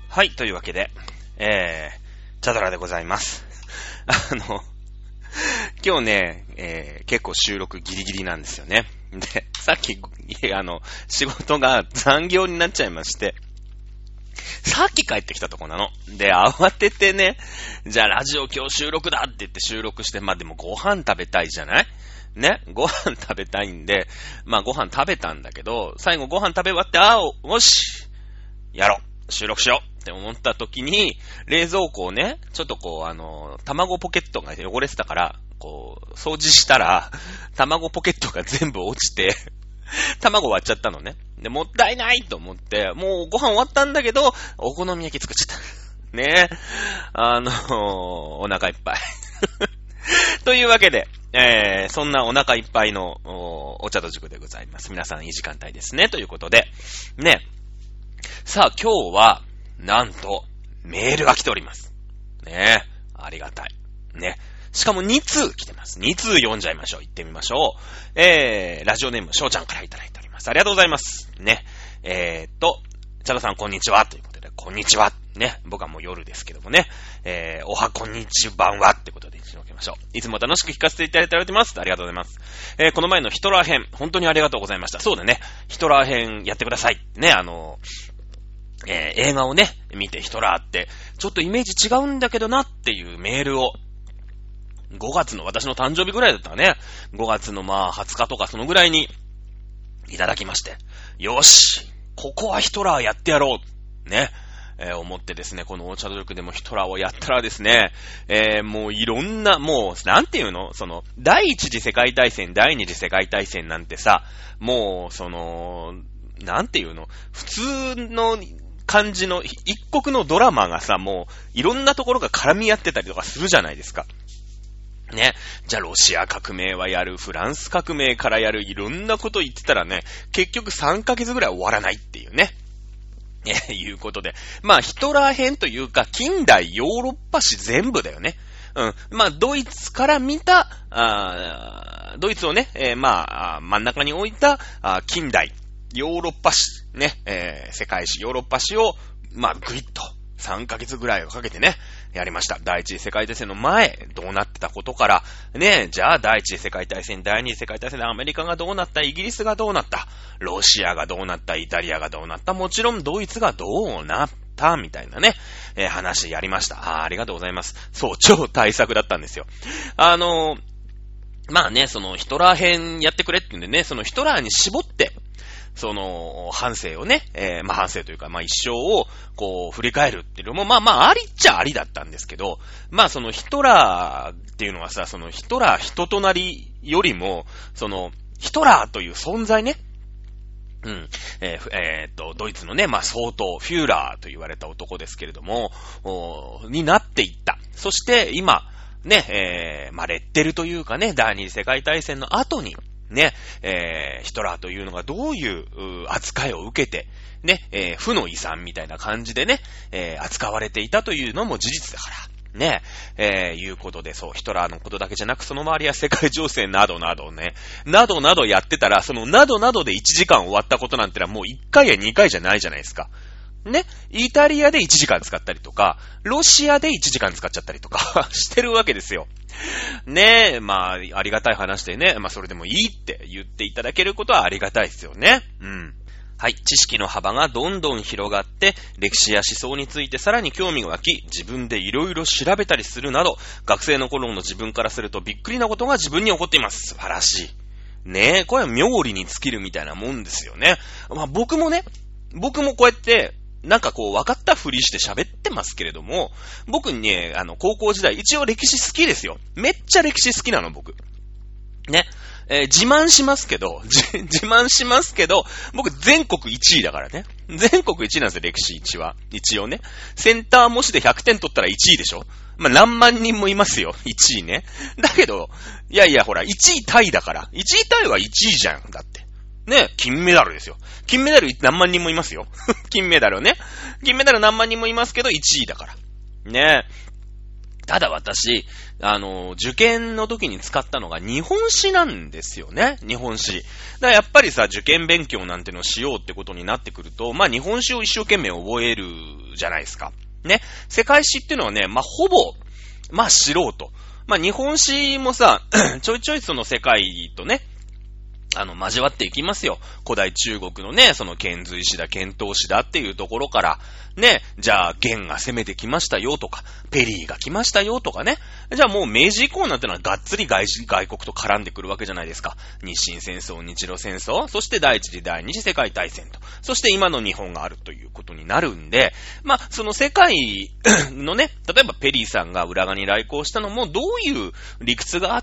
はい、というわけで、チャドラでございます。今日ね、結構収録ギリギリなんですよね。で、さっき、仕事が残業になっちゃいまして、さっき帰ってきたとこなの。で、慌ててね、じゃあラジオ今日収録だって言って収録して、まあでもご飯食べたいじゃないね、ご飯食べたいんで、まあご飯食べたんだけど、最後ご飯食べ終わって、よしやろう収録しようって思った時に、冷蔵庫をね、ちょっとこう、卵ポケットが汚れてたから、こう、掃除したら、卵ポケットが全部落ちて、卵割っちゃったのね。で、もったいないと思って、もうご飯終わったんだけど、お好み焼き作っちゃった。ねお腹いっぱい。というわけで、そんなお腹いっぱいのお茶と塾でございます。皆さんいい時間帯ですね。ということで、ね。さあ今日は、なんと、メールが来ております。ね。ありがたい。ね。しかも2通来てます。2通読んじゃいましょう。行ってみましょう。ラジオネーム、しょうちゃんからいただいております。ありがとうございます。ね。チャドさんこんにちは。ということで、こんにちは。ね。僕はもう夜ですけどもね。おはこんにちばんは。ってことで一緒におきましょう。いつも楽しく聞かせていただいております。ありがとうございます。この前のヒトラー編、本当にありがとうございました。そうだね。ヒトラー編やってください。ね。映画をね、見てヒトラーって、ちょっとイメージ違うんだけどなっていうメールを、5月の私の誕生日ぐらいだったらね、5月の20日とかそのぐらいにいただきまして、よしここはヒトラーやってやろうね、思ってですね、このお茶ドクでもヒトラーをやったらですね、もういろんな、もう、なんていうの第一次世界大戦、第二次世界大戦なんてさ、もう、なんていうの普通の感じの一国のドラマがさ、もういろんなところが絡み合ってたりとかするじゃないですか。ね。じゃあロシア革命はやる、フランス革命からやる、いろんなこと言ってたらね、結局3ヶ月ぐらい終わらないっていうね。いうことで。ヒトラー編というか、近代ヨーロッパ史全部だよね。ドイツから見た、ドイツをね、真ん中に置いた、近代ヨーロッパ史、ね、世界史、ヨーロッパ史を、ぐいっと、3ヶ月ぐらいをかけてね、やりました。第一次世界大戦の前、どうなってたことから、ね、じゃあ第一次世界大戦、第二次世界大戦でアメリカがどうなった、イギリスがどうなった、ロシアがどうなった、イタリアがどうなった、もちろんドイツがどうなった、みたいなね、話やりました。ありがとうございます。そう、超大作だったんですよ。そのヒトラー編やってくれって言うんでね、そのヒトラーに絞って、その、半生をね、半生というか、一生を、こう、振り返るっていうのも、ありっちゃありだったんですけど、そのヒトラーっていうのはさ、そのヒトラー人となりよりも、その、ヒトラーという存在ね、ドイツのね、総統、フューラーと言われた男ですけれども、になっていった。そして、今、ね、レッテルというかね、第二次世界大戦の後に、ね、ヒトラーというのがどういう扱いを受けて、ね、負の遺産みたいな感じでね、扱われていたというのも事実だから、ね、いうことで、そう、ヒトラーのことだけじゃなく、その周りは世界情勢などなどね、などなどやってたら、そのなどなどで1時間終わったことなんてのはもう1回や2回じゃないじゃないですか。ね、イタリアで1時間使ったりとか、ロシアで1時間使っちゃったりとかしてるわけですよ。ねえ、ありがたい話でね、それでもいいって言っていただけることはありがたいですよね。はい。知識の幅がどんどん広がって、歴史や思想についてさらに興味が湧き、自分でいろいろ調べたりするなど、学生の頃の自分からするとびっくりなことが自分に起こっています。素晴らしい。ねえ、これは妙理に尽きるみたいなもんですよね。僕もこうやって、なんかこう分かったふりして喋ってますけれども、僕にね、高校時代、一応歴史好きですよ。めっちゃ歴史好きなの、僕。ね。自慢しますけど、僕全国1位だからね。全国1位なんですよ、歴史1は。一応ね。センター模試で100点取ったら1位でしょ？何万人もいますよ、1位ね。だけど、いやいや、ほら、1位タイだから。1位タイは1位じゃん、だって。ね、金メダルですよ。金メダル何万人もいますよ。金メダルね。金メダル何万人もいますけど、1位だから。ね。 ただ私、受験の時に使ったのが日本史なんですよね。日本史。だからやっぱりさ、受験勉強なんてのをしようってことになってくると、まあ日本史を一生懸命覚えるじゃないですか。ね。世界史っていうのはね、まあほぼ、まあ素人。まあ日本史もさ、ちょいちょいその世界とね、交わっていきますよ。古代中国のね、その遣隋使だ、遣唐使だっていうところから、ね、じゃあ、元が攻めてきましたよとか、ペリーが来ましたよとかね。じゃあもう明治以降なんてのはがっつり外国と絡んでくるわけじゃないですか。日清戦争、日露戦争、そして第一次第二次世界大戦と、そして今の日本があるということになるんで、まあ、その世界のね、例えばペリーさんが浦賀に来航したのもどういう理屈があって、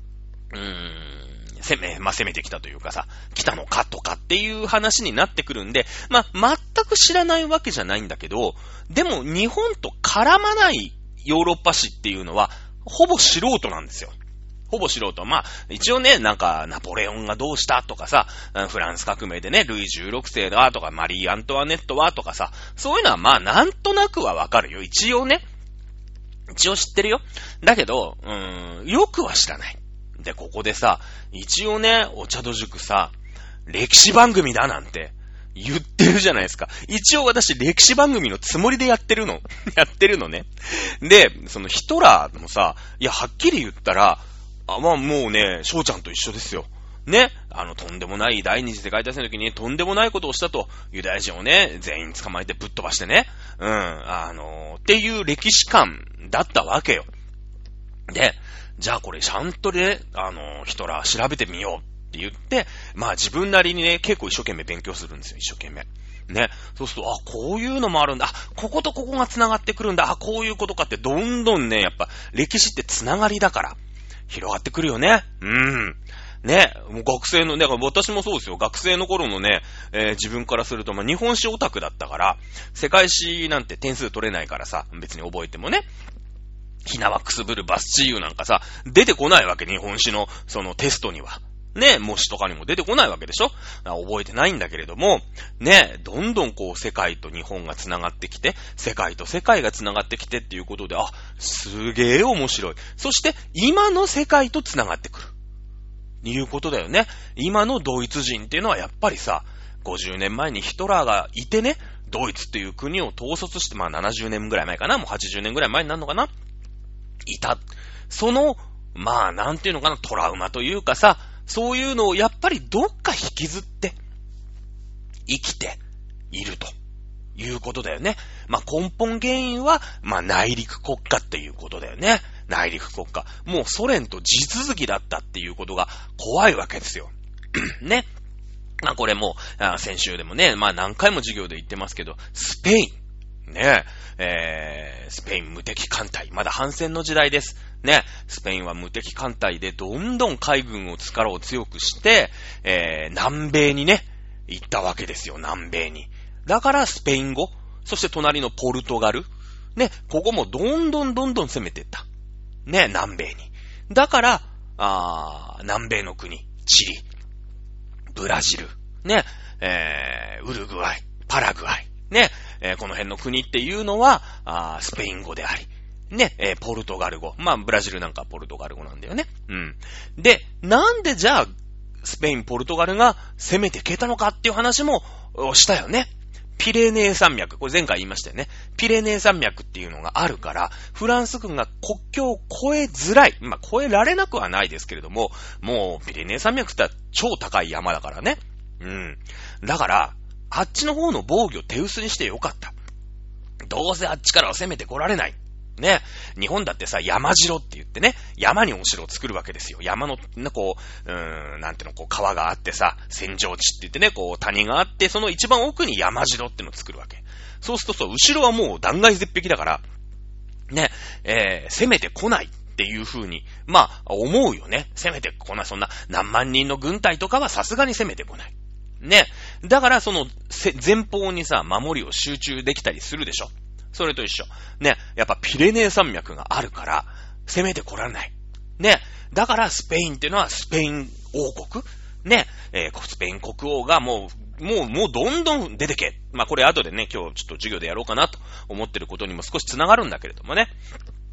攻めてきたというかさ、来たのかとかっていう話になってくるんで、まあ、全く知らないわけじゃないんだけど、でも日本と絡まないヨーロッパ史っていうのは、ほぼ素人なんですよ。ほぼ素人。まあ、一応ね、なんか、ナポレオンがどうしたとかさ、フランス革命でね、ルイ16世だとか、マリー・アントワネットはとかさ、そういうのはまあ、なんとなくはわかるよ。一応ね。一応知ってるよ。だけど、よくは知らない。で、ここでさ、一応ね、お茶戸塾さ、歴史番組だなんて言ってるじゃないですか。一応私、歴史番組のつもりでやってるのね。で、そのヒトラーもさ、いや、はっきり言ったら、まあもうね、翔ちゃんと一緒ですよ。ね、とんでもない第二次世界大戦の時にとんでもないことをしたと、ユダヤ人をね、全員捕まえてぶっ飛ばしてね、っていう歴史観だったわけよ。で、じゃあこれちゃんとね、ヒトラー調べてみようって言って、まあ自分なりにね、結構一生懸命勉強するんですよ、一生懸命。ね。そうすると、こういうのもあるんだ。こことここが繋がってくるんだ。こういうことかって、どんどんね、やっぱ、歴史って繋がりだから、広がってくるよね。ね。もう学生の、だから私もそうですよ。学生の頃のね、自分からすると、まあ日本史オタクだったから、世界史なんて点数取れないからさ、別に覚えてもね。ひなわくすぶるバスチーユなんかさ、出てこないわけ、日本史の、そのテストには。ね、模試とかにも出てこないわけでしょ？覚えてないんだけれども、ね、どんどんこう世界と日本が繋がってきて、世界と世界が繋がってきてっていうことで、すげえ面白い。そして、今の世界と繋がってくる。いうことだよね。今のドイツ人っていうのはやっぱりさ、50年前にヒトラーがいてね、ドイツっていう国を統率して、まあ70年ぐらい前かな、もう80年ぐらい前になるのかないた。その、まあ、なんていうのかな、トラウマというかさ、そういうのをやっぱりどっか引きずって、生きているということだよね。まあ、根本原因は、まあ、内陸国家っていうことだよね。内陸国家。もうソ連と地続きだったっていうことが怖いわけですよ。ね。まあ、これも、先週でもね、まあ、何回も授業で言ってますけど、スペイン。ねスペイン無敵艦隊。まだ反戦の時代です。ね。スペインは無敵艦隊でどんどん海軍を力を強くして、南米にね、行ったわけですよ、南米に。だからスペイン語、そして隣のポルトガル。ね、ここもどんどん攻めていった。ね、南米に。だから、南米の国、チリ、ブラジル、ね、ウルグアイ、パラグアイ。ね、この辺の国っていうのは、スペイン語であり、ね、ポルトガル語。まあ、ブラジルなんかはポルトガル語なんだよね。で、なんでじゃあ、スペイン、ポルトガルが攻めて消えたのかっていう話もしたよね。ピレネー山脈。これ前回言いましたよね。ピレネー山脈っていうのがあるから、フランス軍が国境を越えづらい。まあ、越えられなくはないですけれども、もう、ピレネー山脈って超高い山だからね。だから、あっちの方の防御を手薄にしてよかった。どうせあっちからは攻めてこられない。ね。日本だってさ、山城って言ってね、山にお城を作るわけですよ。山の、こう、なんていうの、こう、川があってさ、戦場地って言ってね、こう、谷があって、その一番奥に山城ってのを作るわけ。そうすると後ろはもう断崖絶壁だから、ね、攻めてこないっていう風に、まあ、思うよね。攻めてこない、そんな何万人の軍隊とかはさすがに攻めてこない。ね。だからその前方にさ、守りを集中できたりするでしょ。それと一緒。ね。やっぱピレネー山脈があるから、攻めてこられない。ね。だからスペインっていうのはスペイン王国ね。スペイン国王がもうどんどん出てけ。まあこれ後でね、今日ちょっと授業でやろうかなと思ってることにも少しつながるんだけれどもね。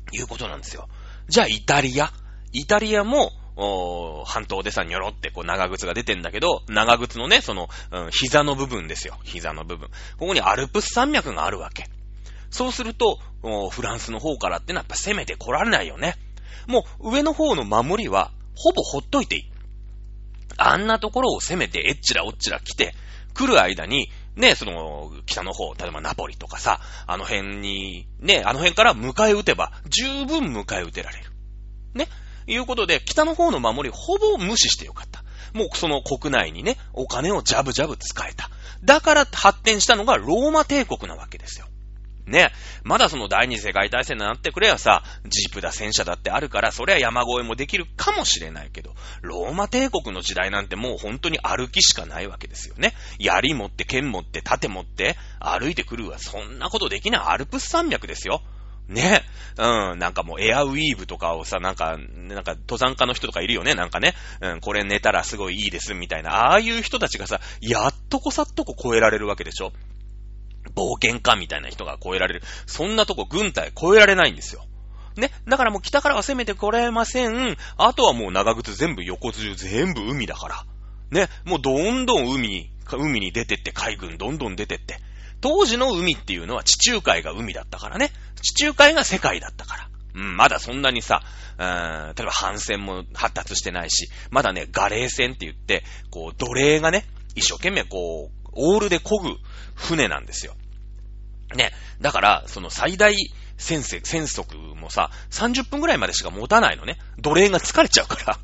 いうことなんですよ。じゃあイタリアも、半島でさ、ニョロってこう長靴が出てんだけど、長靴のね、膝の部分ですよ。膝の部分。ここにアルプス山脈があるわけ。そうすると、フランスの方からってのはやっぱ攻めてこられないよね。もう上の方の守りは、ほぼほっといていい。あんなところを攻めて、えっちらおっちら来る間に、ね、北の方、例えばナポリとかさ、あの辺から迎え撃てば、十分迎え撃てられる。ね。いうことで、北の方の守りほぼ無視してよかった。もうその国内にね、お金をジャブジャブ使えた。だから発展したのがローマ帝国なわけですよ。ね。まだ第二次世界大戦になってくればさ、ジープだ戦車だってあるから、それは山越えもできるかもしれないけど、ローマ帝国の時代なんてもう本当に歩きしかないわけですよね。槍持って、剣持って、盾持って、歩いてくるわ。そんなことできない。アルプス山脈ですよ。ね。なんかもうエアウィーブとかをさ、なんか登山家の人とかいるよね。なんかね。これ寝たらすごいいいです、みたいな。ああいう人たちがさ、やっとこさっとこ超えられるわけでしょ。冒険家みたいな人が超えられる。そんなとこ軍隊超えられないんですよ。ね。だからもう北からは攻めてこられません。あとはもう長靴全部横中全部海だから。ね。もうどんどん海に出てって、海軍どんどん出てって。当時の海っていうのは地中海が海だったからね。地中海が世界だったから。まだそんなにさ、例えば帆船も発達してないし、まだね、ガレー船って言って、こう、奴隷がね、一生懸命こう、オールで漕ぐ船なんですよ。ね。だから、最大船速もさ、30分ぐらいまでしか持たないのね。奴隷が疲れちゃうから。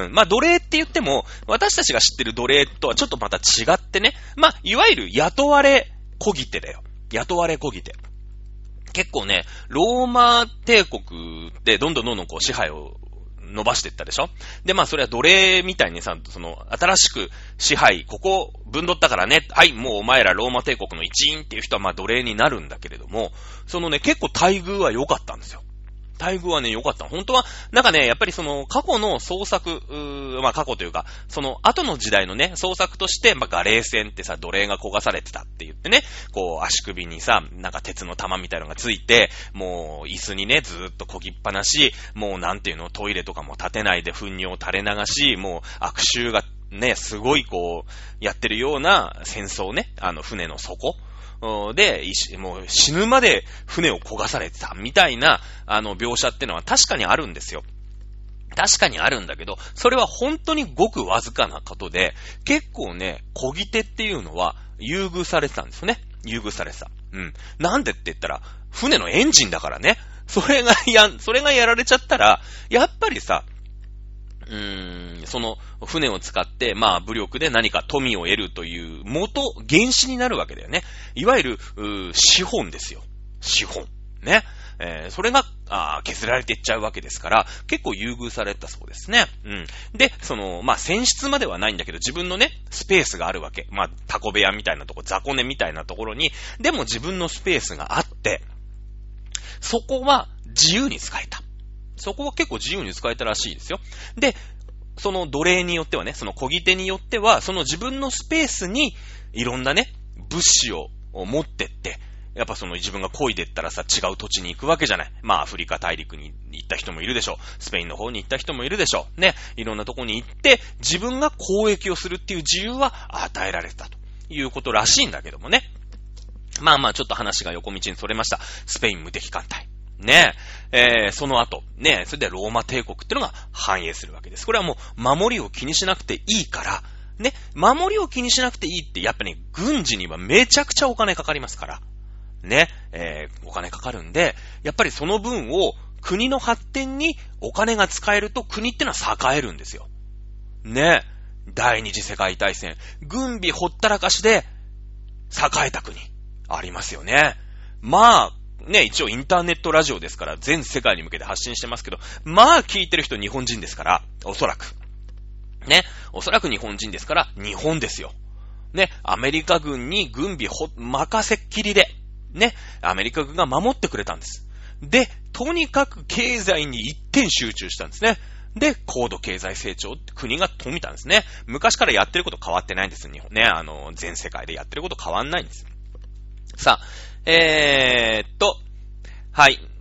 まあ、奴隷って言っても、私たちが知ってる奴隷とはちょっとまた違ってね。まあ、いわゆる雇われ漕ぎ手だよ。雇われ漕ぎ手。結構ね、ローマ帝国でどんどんこう支配を伸ばしていったでしょ。で、まあそれは奴隷みたいにさ、新しく支配、ここ分取ったからね、はい、もうお前らローマ帝国の一員っていう人はまあ奴隷になるんだけれども、結構待遇は良かったんですよ。待遇はね、良かった。本当は、なんかね、やっぱり過去の創作、まあ過去というか、後の時代のね、創作として、まあガレー船ってさ、奴隷が焦がされてたって言ってね、こう足首にさ、なんか鉄の玉みたいなのがついて、もう椅子にね、ずーっと漕ぎっぱなし、もうなんていうの、トイレとかも立てないで糞尿を垂れ流し、もう悪臭がね、すごいこう、やってるような戦争ね、船の底。で、もう死ぬまで船を焦がされてたみたいな、描写ってのは確かにあるんですよ。確かにあるんだけど、それは本当にごくわずかなことで、結構ね、漕ぎ手っていうのは優遇されてたんですよね。優遇されてた。なんでって言ったら、船のエンジンだからね。それがやられちゃったら、やっぱりさ、船を使って、まあ、武力で何か富を得るという原資になるわけだよね。いわゆる、資本ですよ。資本。ね。それが、削られていっちゃうわけですから、結構優遇されたそうですね。で、まあ、船室まではないんだけど、自分のね、スペースがあるわけ。まあ、タコ部屋みたいなとこ、雑魚寝みたいなところに、でも自分のスペースがあって、そこは自由に使えた。そこは結構自由に使えたらしいですよ。で、奴隷によってはね、漕ぎ手によっては、自分のスペースにいろんなね、物資を持ってって、やっぱ自分が漕いでったらさ、違う土地に行くわけじゃない。まあ、アフリカ大陸に行った人もいるでしょう。スペインの方に行った人もいるでしょう。ね。いろんなとこに行って、自分が交易をするっていう自由は与えられたということらしいんだけどもね。まあまあ、ちょっと話が横道にそれました。スペイン無敵艦隊。ねその後、ねそれでローマ帝国っていうのが繁栄するわけです。これはもう守りを気にしなくていいから、ね、守りを気にしなくていいって、やっぱり、ね、軍事にはめちゃくちゃお金かかりますから、ね、お金かかるんで、やっぱりその分を国の発展にお金が使えると国ってのは栄えるんですよ。ね、第二次世界大戦、軍備ほったらかしで栄えた国、ありますよね。まあ、ね、一応インターネットラジオですから全世界に向けて発信してますけど、まあ聞いてる人日本人ですから、おそらく。ね、おそらく日本人ですから日本ですよ。ね、アメリカ軍に軍備任せっきりで、ね、アメリカ軍が守ってくれたんです。で、とにかく経済に一点集中したんですね。で、高度経済成長って国が富んだんですね。昔からやってること変わってないんですよ、日本ね。全世界でやってること変わんないんです。さあ、はい。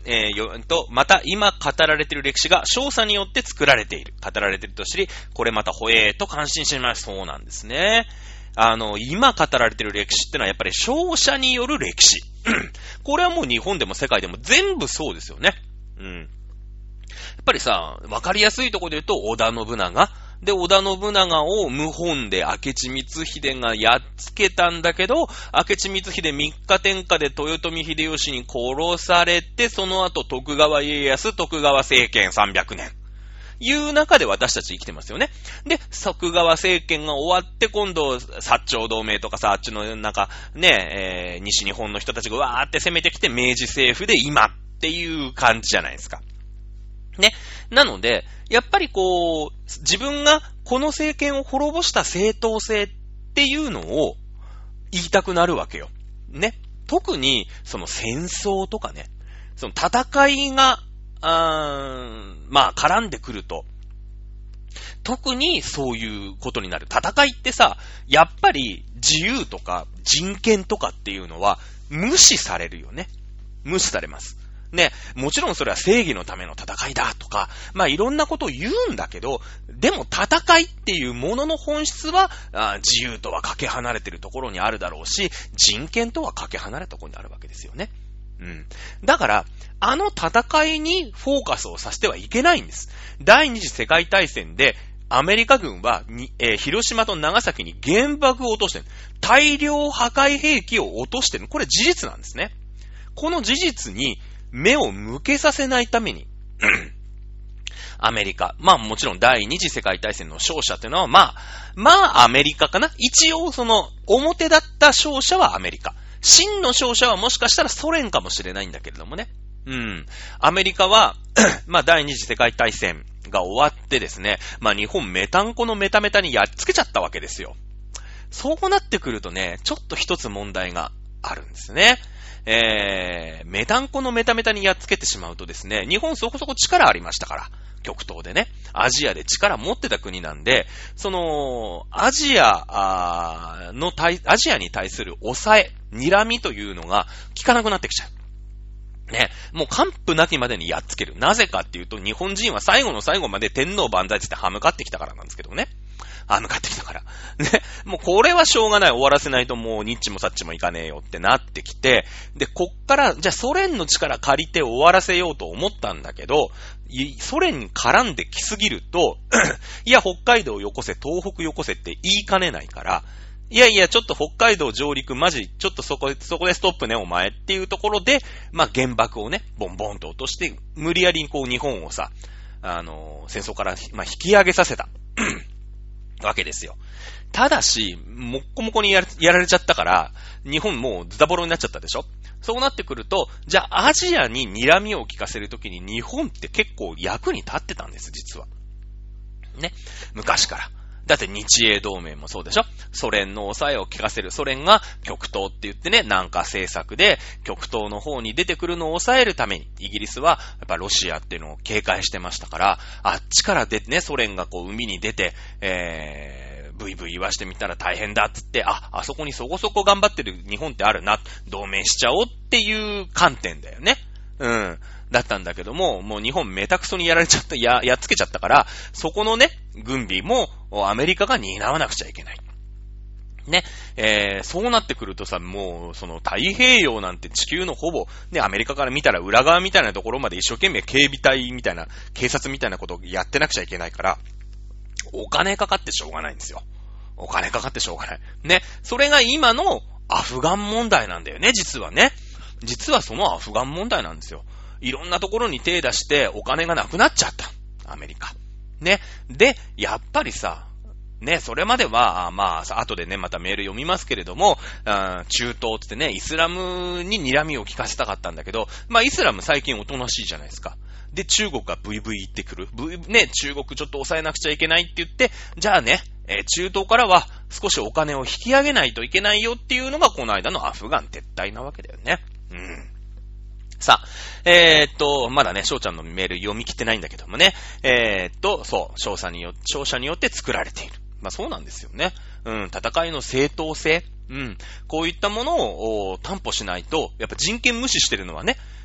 また今語られている歴史が勝者によって作られている。語られていると知り、これまたほえーと感心します。そうなんですね。今語られている歴史ってのはやっぱり勝者による歴史。これはもう日本でも世界でも全部そうですよね。うん。やっぱりさ、わかりやすいところで言うと、織田信長。で、織田信長を謀反で明智光秀がやっつけたんだけど、明智光秀3日天下で豊臣秀吉に殺されて、その後徳川家康、徳川政権300年。いう中で私たち生きてますよね。で、徳川政権が終わって今度、薩長同盟とかさ、あっちのなんかね、西日本の人たちがわーって攻めてきて明治政府で今っていう感じじゃないですか。ね。なので、やっぱりこう、自分がこの政権を滅ぼした正当性っていうのを言いたくなるわけよ。ね。特に、その戦争とかね、その戦いが、まあ絡んでくると、特にそういうことになる。戦いってさ、やっぱり自由とか人権とかっていうのは無視されるよね。無視されます。ね、もちろんそれは正義のための戦いだとか、まあいろんなことを言うんだけど、でも戦いっていうものの本質は自由とはかけ離れてるところにあるだろうし、人権とはかけ離れたところにあるわけですよね。うん。だから、戦いにフォーカスをさせてはいけないんです。第二次世界大戦で、アメリカ軍は広島と長崎に原爆を落としてる。大量破壊兵器を落としてる。これ事実なんですね。この事実に目を向けさせないために、アメリカ。まあもちろん第二次世界大戦の勝者っていうのは、まあアメリカかな。一応その表だった勝者はアメリカ。真の勝者はもしかしたらソ連かもしれないんだけれどもね。うん。アメリカは、まあ第二次世界大戦が終わってですね、まあ日本メタンコのメタメタにやっつけちゃったわけですよ。そうなってくるとね、ちょっと一つ問題があるんですね。メタンコのメタメタにやっつけてしまうとですね、日本そこそこ力ありましたから、極東でね、アジアで力持ってた国なんで、その、アジアに対する抑え、睨みというのが効かなくなってきちゃう。ね、もう完膚なきまでにやっつける。なぜかっていうと、日本人は最後の最後まで天皇万歳って歯向かってきたからなんですけどね。向かってきたから。ね。もうこれはしょうがない。終わらせないともうニッチもサッチもいかねえよってなってきて、で、こっから、じゃあソ連の力借りて終わらせようと思ったんだけど、ソ連に絡んできすぎると、いや、北海道よこせ、東北よこせって言いかねないから、いやいや、ちょっと北海道上陸マジ、ちょっとそこでストップね、お前っていうところで、まあ、原爆をね、ボンボンと落として、無理やりこう日本をさ、戦争から、まあ、引き上げさせた。わけですよ。ただし、もっこもこにやられちゃったから、日本もうズタボロになっちゃったでしょ。そうなってくると、じゃあアジアに睨みを利かせるときに日本って結構役に立ってたんです、実は。ね。昔から。だって日英同盟もそうでしょ。ソ連の抑えを利かせる。ソ連が極東って言ってね、南下政策で極東の方に出てくるのを抑えるために、イギリスはやっぱロシアっていうのを警戒してましたから、あっちから出てね、ソ連がこう海に出て、ブイブイ言わしてみたら大変だって言って、あそこにそこそこ頑張ってる日本ってあるな、同盟しちゃおうっていう観点だよね。うん。だったんだけども、もう日本めたくそにやられちゃった、やっつけちゃったから、そこのね、軍備もアメリカが担わなくちゃいけない。ね、そうなってくるとさ、もうその太平洋なんて地球のほぼ、ね、アメリカから見たら裏側みたいなところまで一生懸命警備隊みたいな、警察みたいなことをやってなくちゃいけないから、お金かかってしょうがないんですよ。お金かかってしょうがない。ね、それが今のアフガン問題なんだよね、実はね。実はそのアフガン問題なんですよ。いろんなところに手出してお金がなくなっちゃった。アメリカ。ね。で、やっぱりさ、ね、それまでは、まあ、後でね、またメール読みますけれども、中東ってね、イスラムに睨みを利かせたかったんだけど、まあ、イスラム最近おとなしいじゃないですか。で、中国がブイブイ言ってくる。ね、中国ちょっと抑えなくちゃいけないって言って、じゃあね、中東からは少しお金を引き上げないといけないよっていうのがこの間のアフガン撤退なわけだよね。うん。さあ、まだね、翔ちゃんのメール読み切ってないんだけどもね。そう、勝者によって作られている。まあそうなんですよね。うん、戦いの正当性。うん、こういったものを担保しないと、やっぱ人権無視してるのはね、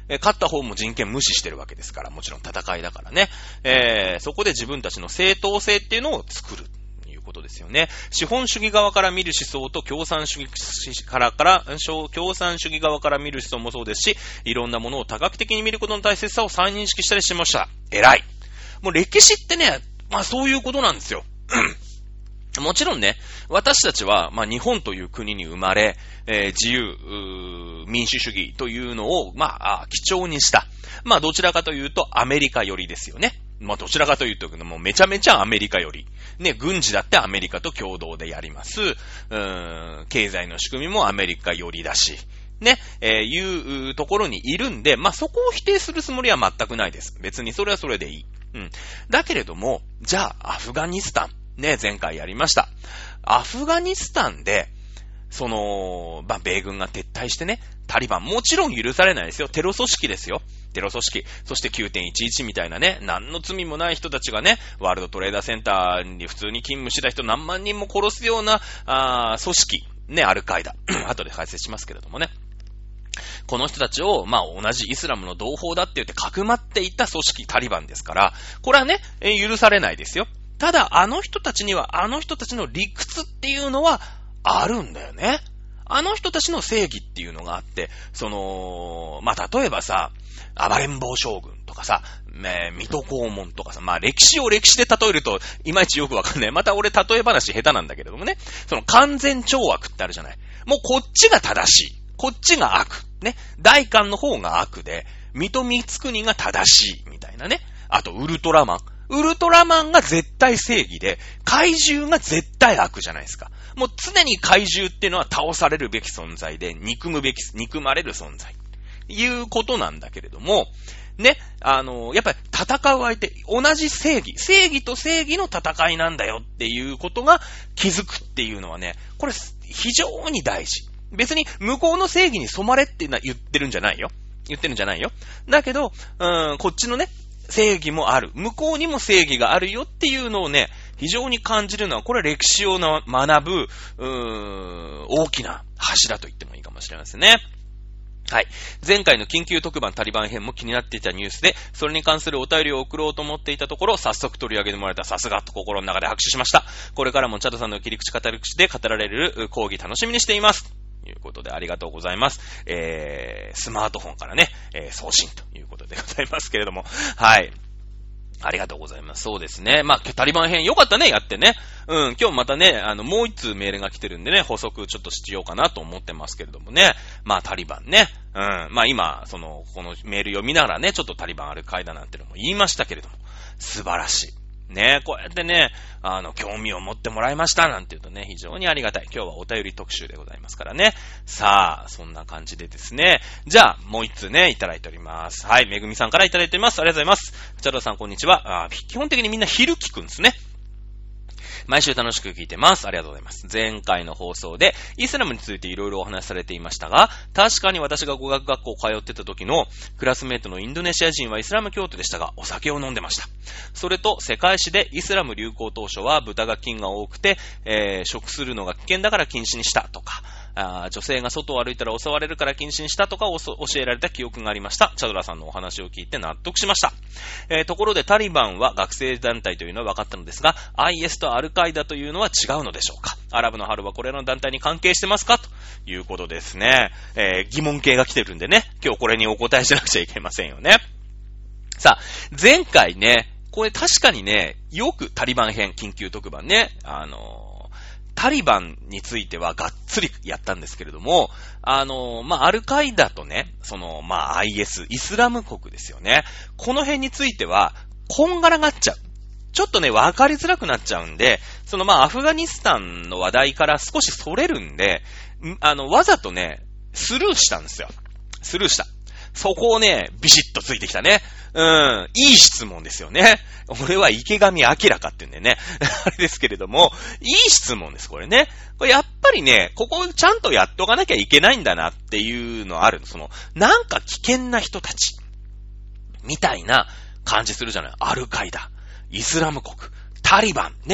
勝った方も人権無視してるわけですから、もちろん戦いだからね。そこで自分たちの正当性っていうのを作る。ことですよね。資本主義側から見る思想と共産主義側から見る思想もそうですし、いろんなものを多角的に見ることの大切さを再認識したりしました。偉い。もう歴史ってね、まあそういうことなんですよ。もちろんね、私たちは、まあ日本という国に生まれ、自由、民主主義というのを、まあ、基調にした。まあどちらかというとアメリカ寄りですよね。まあどちらかというと、もうめちゃめちゃアメリカ寄り。ね、軍事だってアメリカと共同でやります。経済の仕組みもアメリカ寄りだし。ね、いうところにいるんで、まあそこを否定するつもりは全くないです。別にそれはそれでいい。だけれども、じゃあアフガニスタン。ね、前回やりました。アフガニスタンで、まあ、米軍が撤退してね、タリバン、もちろん許されないですよ。テロ組織ですよ。テロ組織。そして 9.11 みたいなね、何の罪もない人たちがね、ワールドトレーダーセンターに普通に勤務してた人何万人も殺すような、組織。ね、アルカイダ。後で解説しますけれどもね。この人たちを、まあ、同じイスラムの同胞だって言ってかくまっていた組織タリバンですから、これはね、許されないですよ。ただ、あの人たちには、あの人たちの理屈っていうのはあるんだよね。あの人たちの正義っていうのがあって、まあ、例えばさ、暴れん坊将軍とかさ、水戸黄門とかさ、まあ、歴史を歴史で例えると、いまいちよくわかんない。また俺例え話下手なんだけれどもね、完全懲悪ってあるじゃない。もうこっちが正しい。こっちが悪。ね。大官の方が悪で、水戸光圀が正しい。みたいなね。あと、ウルトラマン。ウルトラマンが絶対正義で、怪獣が絶対悪じゃないですか。もう常に怪獣っていうのは倒されるべき存在で、憎まれる存在。いうことなんだけれども、ね、やっぱり戦う相手、同じ正義と正義の戦いなんだよっていうことが気づくっていうのはね、これ非常に大事。別に向こうの正義に染まれっていうのは言ってるんじゃないよ。だけど、こっちのね、正義もある。向こうにも正義があるよっていうのをね、非常に感じるのは、これは歴史を学ぶ、大きな柱と言ってもいいかもしれませんね。はい。前回の緊急特番タリバン編も気になっていたニュースで、それに関するお便りを送ろうと思っていたところ、早速取り上げてもらえた。さすがと心の中で拍手しました。これからもチャドさんの切り口語り口で語られる講義楽しみにしています。ということでありがとうございます。スマートフォンからね、送信ということでございますけれども。はい。ありがとうございます。そうですね。まあ、タリバン編よかったね、やってね。今日またね、もう一通メールが来てるんでね、補足ちょっとしようかなと思ってますけれどもね。まあ、タリバンね。まあ今、このメール読みながらね、ちょっとタリバンアルカイダなんてのも言いましたけれども、素晴らしい。ね、こうやってね、興味を持ってもらいましたなんて言うとね、非常にありがたい。今日はお便り特集でございますからね。さあ、そんな感じでですね。じゃあ、もう一通ね、いただいております。はい、めぐみさんからいただいております。ありがとうございます。チャドさん、こんにちは。基本的にみんな昼聞くんですね。毎週楽しく聞いてます。ありがとうございます。前回の放送でイスラムについていろいろお話しされていましたが、確かに私が語学学校通ってた時のクラスメートのインドネシア人はイスラム教徒でしたが、お酒を飲んでました。それと世界史でイスラム流行当初は豚が菌が多くて、食するのが危険だから禁止にしたとか、女性が外を歩いたら襲われるから禁止にしたとか教えられた記憶がありました。チャドラさんのお話を聞いて納得しました。ところでタリバンは学生団体というのは分かったのですが、IS とアルカイダというのは違うのでしょうか。アラブの春はこれらの団体に関係してますかということですね。疑問形が来てるんでね、今日これにお答えしなくちゃいけませんよね。さあ、前回ね、これ確かにね、よくタリバン編緊急特番ね、タリバンについてはがっつりやったんですけれども、アルカイダとね、IS、イスラム国ですよね。この辺については、こんがらがっちゃう。ちょっとね、わかりづらくなっちゃうんで、アフガニスタンの話題から少しそれるんで、わざとね、スルーしたんですよ。スルーした。そこをね、ビシッとついてきたね。いい質問ですよね。俺は池上彰かって言うんでね。あれですけれども、いい質問です、これね。これやっぱりね、ここちゃんとやっとかなきゃいけないんだなっていうのある。なんか危険な人たち、みたいな感じするじゃない。アルカイダ、イスラム国、タリバン、ね。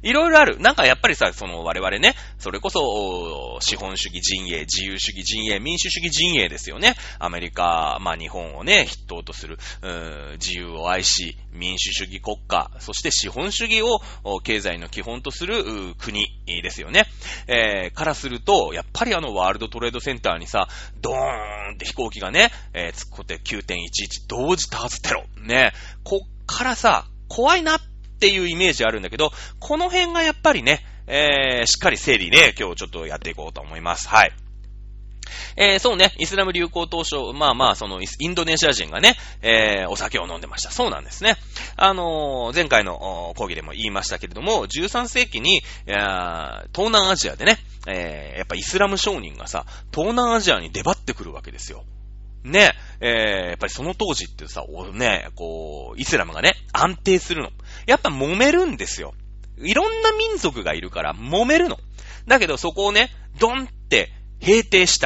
いろいろある。なんかやっぱりさ、我々ね、それこそ、資本主義陣営、自由主義陣営、民主主義陣営ですよね。アメリカ、日本をね、筆頭とする、自由を愛し、民主主義国家、そして資本主義を経済の基本とする国ですよね。からすると、やっぱりワールドトレードセンターにさ、ドーンって飛行機がね、突っ込んで 9.11 同時多発テロ。ね。こっからさ、怖いなっていうイメージあるんだけど、この辺がやっぱりね、しっかり整理ね、今日ちょっとやっていこうと思います。はい。そうね、イスラム流行当初、インドネシア人がね、お酒を飲んでました。そうなんですね。前回の講義でも言いましたけれども、13世紀に、東南アジアでね、やっぱイスラム商人がさ、東南アジアに出張ってくるわけですよ。ね、やっぱりその当時ってさ、イスラムがね、安定するの。やっぱ揉めるんですよ。いろんな民族がいるから揉めるの。だけどそこをね、ドンって平定した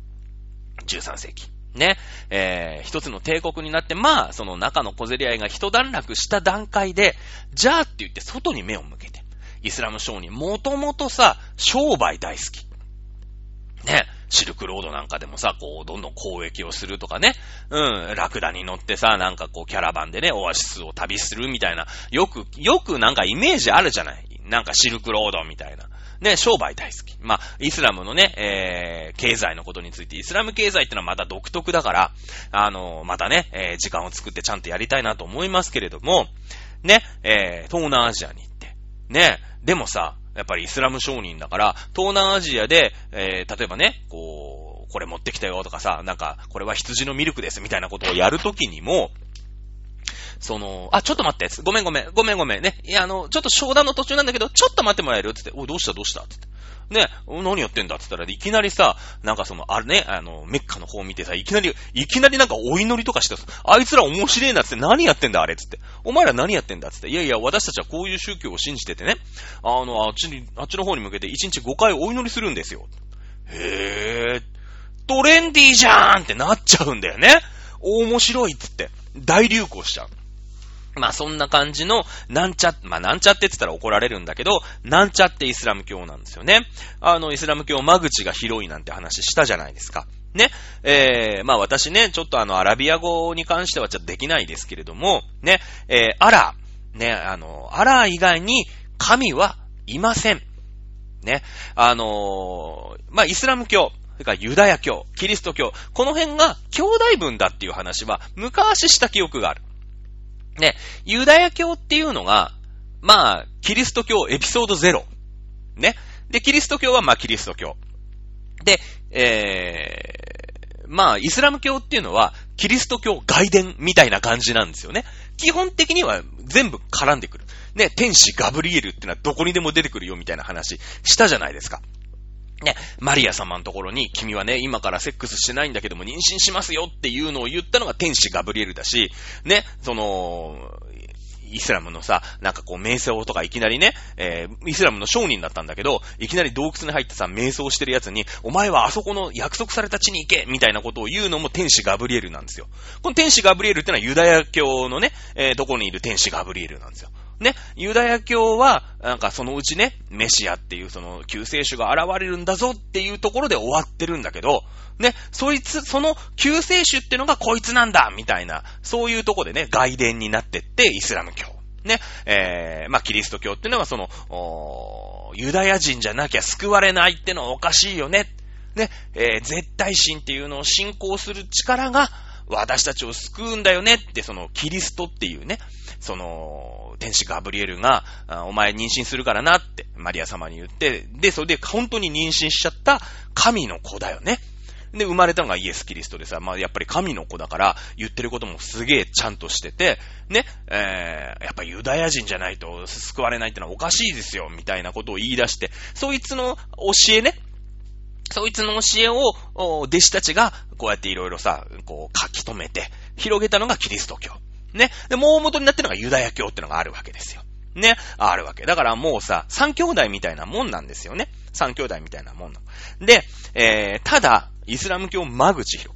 。13世紀。ね。一つの帝国になって、その中の小競り合いが一段落した段階で、じゃあって言って外に目を向けて。イスラム商人、もともとさ、商売大好き。ね。シルクロードなんかでもさ、どんどん交易をするとかね。ラクダに乗ってさ、キャラバンでね、オアシスを旅するみたいな。よくなんかイメージあるじゃない。なんかシルクロードみたいな。ね、商売大好き。イスラムのね、経済のことについて、イスラム経済ってのはまた独特だから、またね、時間を作ってちゃんとやりたいなと思いますけれども、ね、東南アジアに行って、ね、でもさ、やっぱりイスラム商人だから、東南アジアで、例えばね、これ持ってきたよとかさ、これは羊のミルクですみたいなことをやるときにも、ちょっと待って、ごめんね。いや、ちょっと商談の途中なんだけど、ちょっと待ってもらえるつって、どうしたつって。ね、何やってんだつったら、いきなりさ、メッカの方見てさ、いきなりなんかお祈りとかしてさ、あいつら面白いなつって、何やってんだあれつって。お前ら何やってんだつって。いやいや、私たちはこういう宗教を信じててね、あっちの方に向けて1日5回お祈りするんですよ。へー、トレンディーじゃーんってなっちゃうんだよね。面白いっつって、大流行しちゃう。そんな感じの、なんちゃって言ったら怒られるんだけど、なんちゃってイスラム教なんですよね。イスラム教間口が広いなんて話したじゃないですか。ね。私ね、ちょっとアラビア語に関してはちょっとできないですけれども、ね、アラー以外に神はいません。ね。イスラム教、それからユダヤ教、キリスト教、この辺が兄弟分だっていう話は昔した記憶がある。ね、ユダヤ教っていうのが、キリスト教エピソード0。ね。で、キリスト教はキリスト教。で、イスラム教っていうのは、キリスト教外伝みたいな感じなんですよね。基本的には全部絡んでくる。ね、天使ガブリエルっていうのはどこにでも出てくるよみたいな話したじゃないですか。ね、マリア様のところに、君はね、今からセックスしてないんだけども、妊娠しますよっていうのを言ったのが天使ガブリエルだし、ね、イスラムのさ、瞑想とかいきなりね、イスラムの商人だったんだけど、いきなり洞窟に入ってさ、瞑想してるやつに、お前はあそこの約束された地に行けみたいなことを言うのも天使ガブリエルなんですよ。この天使ガブリエルってのはユダヤ教のね、どこにいる天使ガブリエルなんですよ。ね、ユダヤ教は、そのうちね、メシアっていうその救世主が現れるんだぞっていうところで終わってるんだけど、ね、その救世主ってのがこいつなんだみたいな、そういうところでね、外伝になってってイスラム教。ね、キリスト教っていうのがユダヤ人じゃなきゃ救われないってのはおかしいよね。ね、絶対神っていうのを信仰する力が私たちを救うんだよねって、キリストっていうね、天使ガブリエルが、お前妊娠するからなって、マリア様に言って、で、それで本当に妊娠しちゃった神の子だよね。で、生まれたのがイエス・キリストでさ、やっぱり神の子だから、言ってることもすげえちゃんとしてて、ね、やっぱユダヤ人じゃないと救われないってのはおかしいですよ、みたいなことを言い出して、そいつの教えね、そいつの教えを弟子たちがこうやっていろいろさ、書き留めて広げたのがキリスト教。ね。で、大元になってるのがユダヤ教ってのがあるわけですよ。ね。あるわけ。だからもうさ、三兄弟みたいなもんなんですよね。三兄弟みたいなもんなの。で、ただ、イスラム教間口広くて。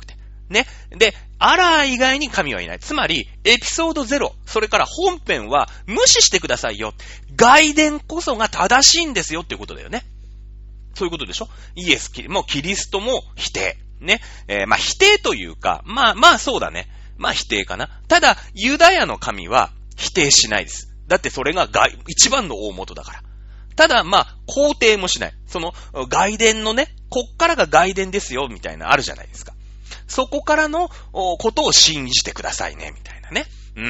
ね。で、アラー以外に神はいない。つまり、エピソード0、それから本編は無視してくださいよ。外伝こそが正しいんですよっていうことだよね。そういうことでしょ？イエスもキリストも否定。ね。否定というか、そうだね。否定かな。ただ、ユダヤの神は否定しないです。だってそれが一番の大元だから。ただ、肯定もしない。その、外伝のね、こっからが外伝ですよ、みたいなあるじゃないですか。そこからのことを信じてくださいね、みたいなね。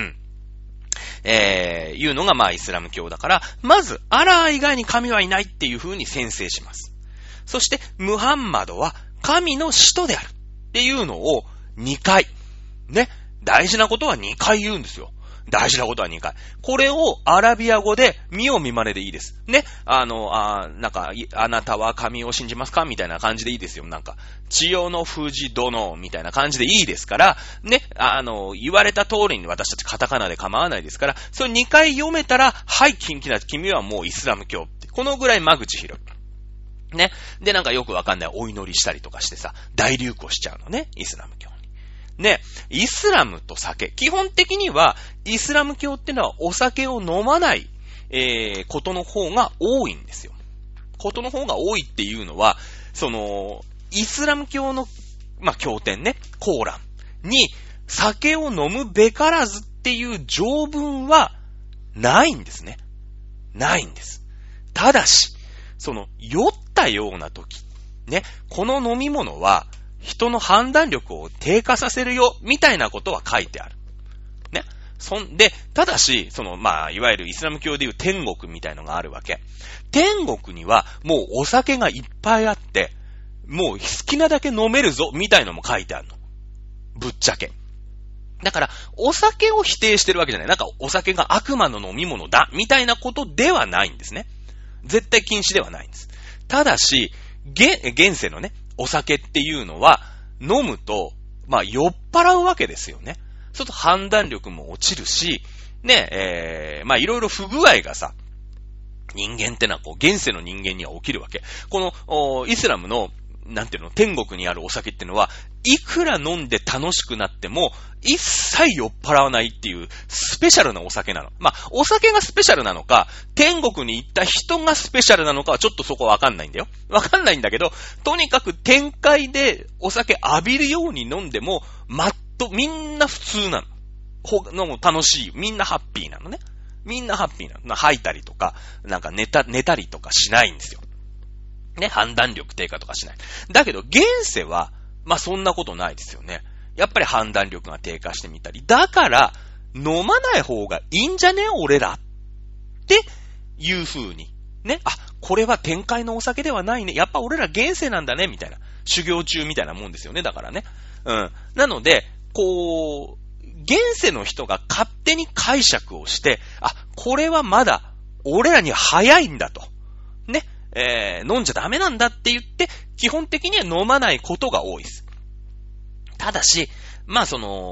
いうのがイスラム教だから、まず、アラー以外に神はいないっていう風に宣誓します。そして、ムハンマドは神の使徒であるっていうのを2回。ね。大事なことは2回言うんですよ。大事なことは2回。これをアラビア語で見よう見まねでいいです。ね。あなたは神を信じますかみたいな感じでいいですよ。千代の富士殿みたいな感じでいいですから、ね。言われた通りに私たちカタカナで構わないですから、それ2回読めたら、はい、君はもうイスラム教って。このぐらい間口広い。ね。で、よくわかんないお祈りしたりとかしてさ、大流行しちゃうのね。イスラム教。ね、イスラムと酒。基本的には、イスラム教ってのはお酒を飲まない、ことの方が多いんですよ。ことの方が多いっていうのは、イスラム教の、経典ね、コーランに、酒を飲むべからずっていう条文は、ないんですね。ないんです。ただし、酔ったような時、ね、この飲み物は、人の判断力を低下させるよ、みたいなことは書いてある。ね。で、ただし、いわゆるイスラム教でいう天国みたいのがあるわけ。天国にはもうお酒がいっぱいあって、もう好きなだけ飲めるぞ、みたいのも書いてあるの。ぶっちゃけ。だから、お酒を否定してるわけじゃない。お酒が悪魔の飲み物だ、みたいなことではないんですね。絶対禁止ではないんです。ただし、現世のね、お酒っていうのは、飲むと、酔っ払うわけですよね。そうすると判断力も落ちるし、ね、いろいろ不具合がさ、人間ってのは現世の人間には起きるわけ。この、イスラムの、天国にあるお酒ってのは、いくら飲んで楽しくなっても、一切酔っ払わないっていう、スペシャルなお酒なの。お酒がスペシャルなのか、天国に行った人がスペシャルなのかはちょっとそこわかんないんだよ。わかんないんだけど、とにかく天界でお酒浴びるように飲んでも、みんな普通なの。楽しい。みんなハッピーなのね。みんなハッピーなの。吐いたりとか、寝たりとかしないんですよ。ね、判断力低下とかしない。だけど、現世は、そんなことないですよね。やっぱり判断力が低下してみたり。だから、飲まない方がいいんじゃね俺ら。っていう風に。ね。これは天界のお酒ではないね。やっぱ俺ら現世なんだね。みたいな。修行中みたいなもんですよね。だからね。なので、現世の人が勝手に解釈をして、これはまだ、俺らには早いんだと。ね。飲んじゃダメなんだって言って、基本的には飲まないことが多いです。ただし、東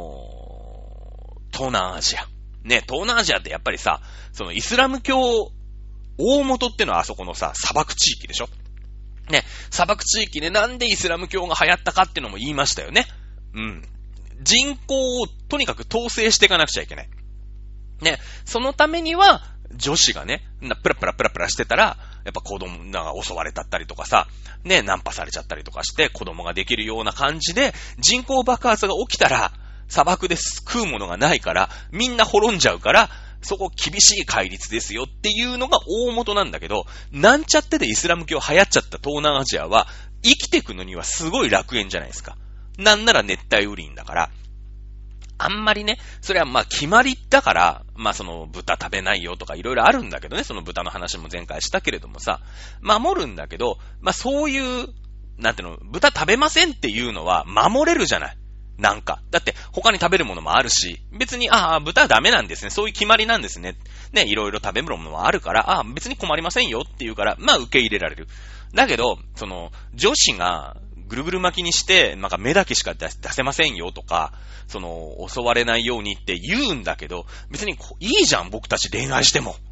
南アジア。ね、東南アジアってやっぱりさ、イスラム教、大元ってのはあそこのさ、砂漠地域でしょ？ね、砂漠地域でなんでイスラム教が流行ったかってのも言いましたよね。人口をとにかく統制していかなくちゃいけない。ね、そのためには、女子がね、プラプラしてたら、やっぱ子供が襲われたったりとかさ、ね、ナンパされちゃったりとかして子供ができるような感じで、人口爆発が起きたら、砂漠で食うものがないから、みんな滅んじゃうから、そこ厳しい戒律ですよっていうのが大元なんだけど、なんちゃってでイスラム教流行っちゃった東南アジアは、生きていくのにはすごい楽園じゃないですか。なんなら熱帯雨林だから、あんまりね、それは決まりだから、豚食べないよとかいろいろあるんだけどね、その豚の話も前回したけれどもさ、守るんだけど、そういう、豚食べませんっていうのは守れるじゃない。だって他に食べるものもあるし、別に、豚はダメなんですね。そういう決まりなんですね。ね、いろいろ食べるものもあるから、別に困りませんよっていうから、受け入れられる。だけど、女子が、ぐるぐる巻きにして、目だけしか出せませんよとか、襲われないようにって言うんだけど、別にいいじゃん、僕たち恋愛しても。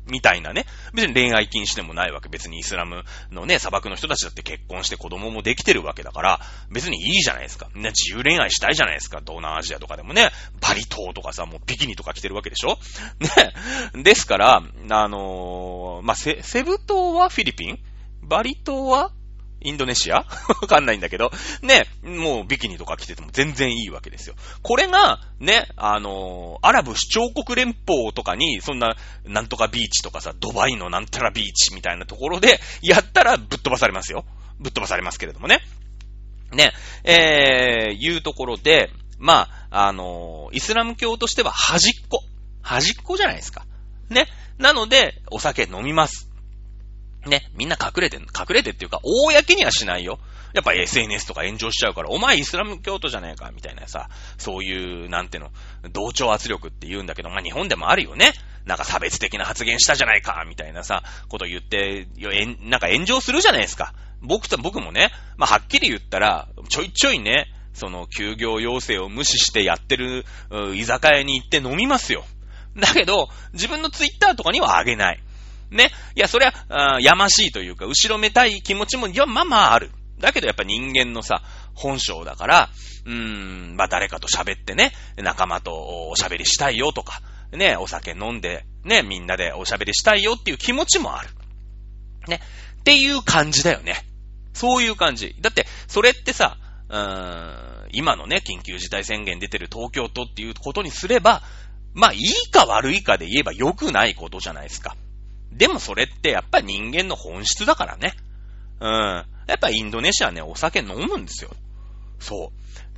みたいなね。別に恋愛禁止でもないわけ。別にイスラムのね、砂漠の人たちだって結婚して子供もできてるわけだから、別にいいじゃないですか。ね、自由恋愛したいじゃないですか。東南アジアとかでもね、バリ島とかさ、もうビキニとか着てるわけでしょね。ですから、セブ島はフィリピン？バリ島はインドネシアわかんないんだけど、ね、もうビキニとか着てても全然いいわけですよ。これが、ね、アラブ首長国連邦とかに、そんな、なんとかビーチとかさ、ドバイのなんたらビーチみたいなところで、やったらぶっ飛ばされますよ。ぶっ飛ばされますけれどもね。ね、いうところで、イスラム教としては端っこじゃないですか。ね。なので、お酒飲みます。ね、みんな隠れてっていうか、公にはしないよ。やっぱ SNS とか炎上しちゃうから、お前イスラム教徒じゃねえか、みたいなさ、そういう、同調圧力って言うんだけど、日本でもあるよね。なんか差別的な発言したじゃないか、みたいなさ、こと言って、なんか炎上するじゃないですか。僕もね、はっきり言ったら、ちょいちょいね、その休業要請を無視してやってる、居酒屋に行って飲みますよ。だけど、自分のツイッターとかにはあげない。ね。いや、そりゃ、やましいというか、後ろめたい気持ちも、ある。だけどやっぱ人間のさ、本性だから、誰かと喋ってね、仲間とおしゃべりしたいよとか、ね、お酒飲んで、ね、みんなでおしゃべりしたいよっていう気持ちもある。ね。っていう感じだよね。そういう感じ。だって、それってさ、今のね、緊急事態宣言出てる東京都っていうことにすれば、いいか悪いかで言えば良くないことじゃないですか。でもそれってやっぱり人間の本質だからね。やっぱりインドネシアね、お酒飲むんですよ。そう。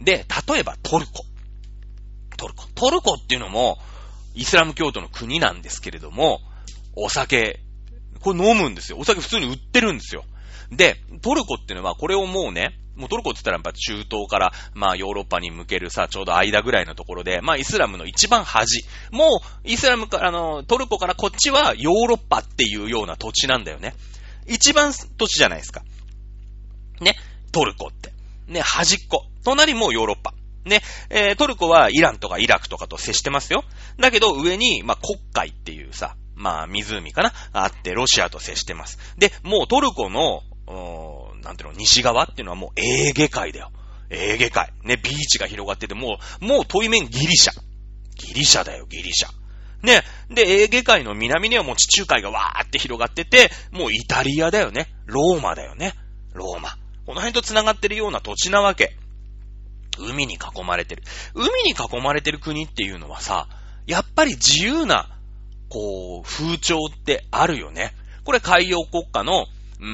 で、例えばトルコっていうのも、イスラム教徒の国なんですけれども、お酒、これ飲むんですよ。お酒普通に売ってるんですよ。で、トルコっていうのはこれをもうトルコって言ったらやっぱ中東から、ヨーロッパに向けるさ、ちょうど間ぐらいのところで、イスラムの一番端。もう、イスラムからトルコからこっちはヨーロッパっていうような土地なんだよね。一番土地じゃないですか。ね、トルコって。ね、端っこ。隣もヨーロッパ。ね、トルコはイランとかイラクとかと接してますよ。だけど上に、黒海っていうさ、湖かなあって、ロシアと接してます。で、もうトルコの、西側っていうのはもうエーゲ海だよ。エーゲ海。ね、ビーチが広がってて、もう遠い面ギリシャだよ、ギリシャ。ね、で、エーゲ海の南にはもう地中海がわーって広がってて、もうイタリアだよね。ローマだよね。ローマ。この辺と繋がってるような土地なわけ。海に囲まれてる。海に囲まれてる国っていうのはさ、やっぱり自由な、風潮ってあるよね。これ海洋国家の、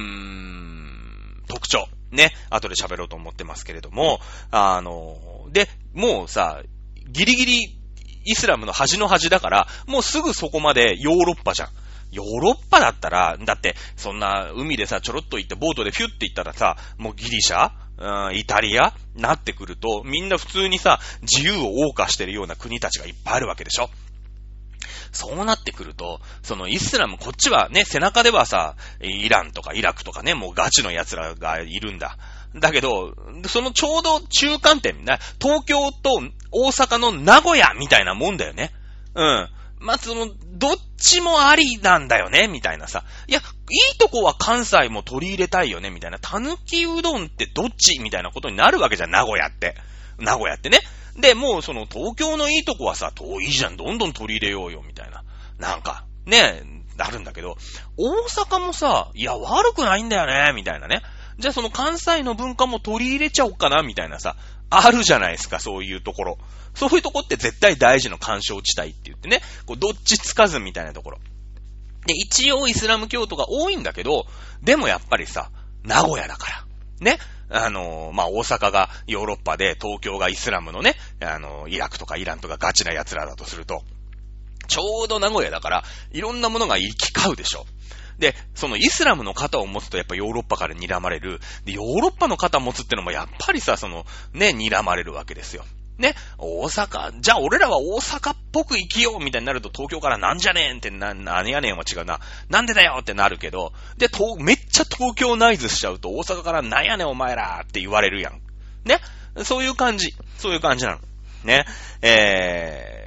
特徴。ね。後で喋ろうと思ってますけれども、で、もうさ、ギリギリイスラムの端の端だから、もうすぐそこまでヨーロッパじゃん。ヨーロッパだったら、だって、そんな海でさ、ちょろっと行ってボートでフュッて行ったらさ、もうギリシャイタリアなってくると、みんな普通にさ、自由を謳歌してるような国たちがいっぱいあるわけでしょ。そうなってくると、そのイスラム、こっちはね、背中ではさ、イランとかイラクとかね、もうガチの奴らがいるんだ。だけど、そのちょうど中間点、東京と大阪の名古屋みたいなもんだよね。どっちもありなんだよね、みたいなさ。いや、いいとこは関西も取り入れたいよね、みたいな。たぬきうどんってどっちみたいなことになるわけじゃん、名古屋って。名古屋ってね。で、もうその東京のいいとこはさ、遠いじゃん、どんどん取り入れようよ、みたいな。なんか、ね、なるんだけど、大阪もさ、いや、悪くないんだよね、みたいなね。じゃあその関西の文化も取り入れちゃおうかな、みたいなさ。あるじゃないですか、そういうところ。そういうとこって絶対大事の干渉地帯って言ってね、どっちつかずみたいなところ。で、一応イスラム教徒が多いんだけど、でもやっぱりさ、名古屋だから。ね。大阪がヨーロッパで、東京がイスラムのね、イラクとかイランとかガチな奴らだとすると、ちょうど名古屋だから、いろんなものが行き交うでしょ。で、そのイスラムの肩を持つとやっぱヨーロッパから睨まれる。で、ヨーロッパの肩を持つってのもやっぱりさ、睨まれるわけですよ。ね、大阪、じゃあ俺らは大阪っぽく生きようみたいになると東京からなんじゃねんって何やねんは違うな。なんでだよってなるけど、で、めっちゃ東京ナイズしちゃうと大阪からなんやねんお前らって言われるやん。ね、そういう感じなの。ね、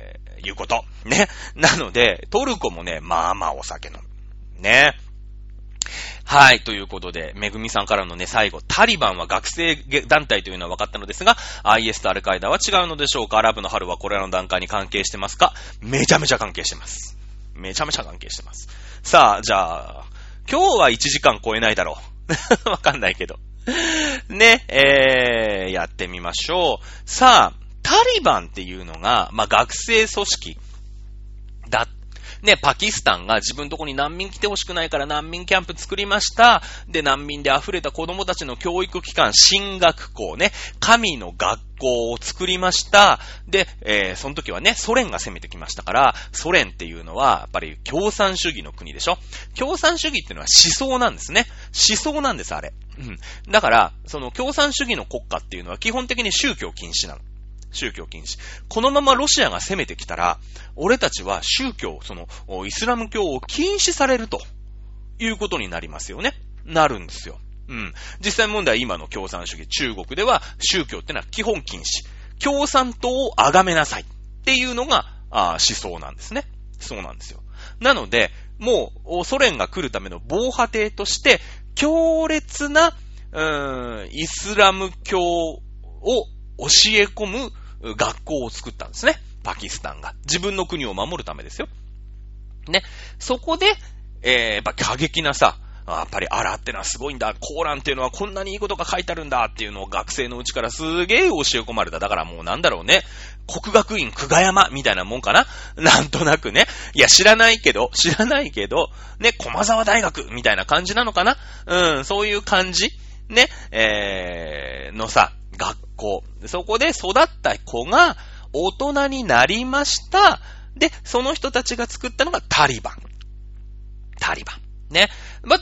いうこと。ね。なので、トルコもね、まあまあお酒飲む。ね。はい。ということで、めぐみさんからのね、最後、タリバンは学生団体というのは分かったのですが、IS とアルカイダは違うのでしょうか？アラブの春はこれらの段階に関係してますか？めちゃめちゃ関係してます。めちゃめちゃ関係してます。さあ、じゃあ、今日は1時間超えないだろう。わかんないけど。ね、やってみましょう。さあ、タリバンっていうのが、まあ、学生組織だ。ね、パキスタンが自分のとこに難民来てほしくないから難民キャンプ作りました。で、難民で溢れた子供たちの教育機関、神学校ね、神の学校を作りました。で、その時はね、ソ連が攻めてきましたから、ソ連っていうのは、やっぱり共産主義の国でしょ。共産主義っていうのは思想なんですね。思想なんです、あれ。うん。だから、その共産主義の国家っていうのは基本的に宗教禁止なの。宗教禁止。このままロシアが攻めてきたら、俺たちは宗教、イスラム教を禁止されるということになりますよね。なるんですよ。うん。実際問題は今の共産主義、中国では宗教ってのは基本禁止。共産党を崇めなさいっていうのが思想なんですね。そうなんですよ。なので、もうソ連が来るための防波堤として、強烈なイスラム教を教え込む学校を作ったんですね。パキスタンが。自分の国を守るためですよ。ね。そこで、やっぱ過激なさ、やっぱりアラーってのはすごいんだ。コーランっていうのはこんなにいいことが書いてあるんだっていうのを学生のうちからすげえ教え込まれた。だからもうなんだろうね。国学院久我山みたいなもんかな？なんとなくね。いや、知らないけど、ね、駒沢大学みたいな感じなのかな？うん、そういう感じね、のさ、学校。そこで育った子が大人になりました。で、その人たちが作ったのがタリバン。ね。だって、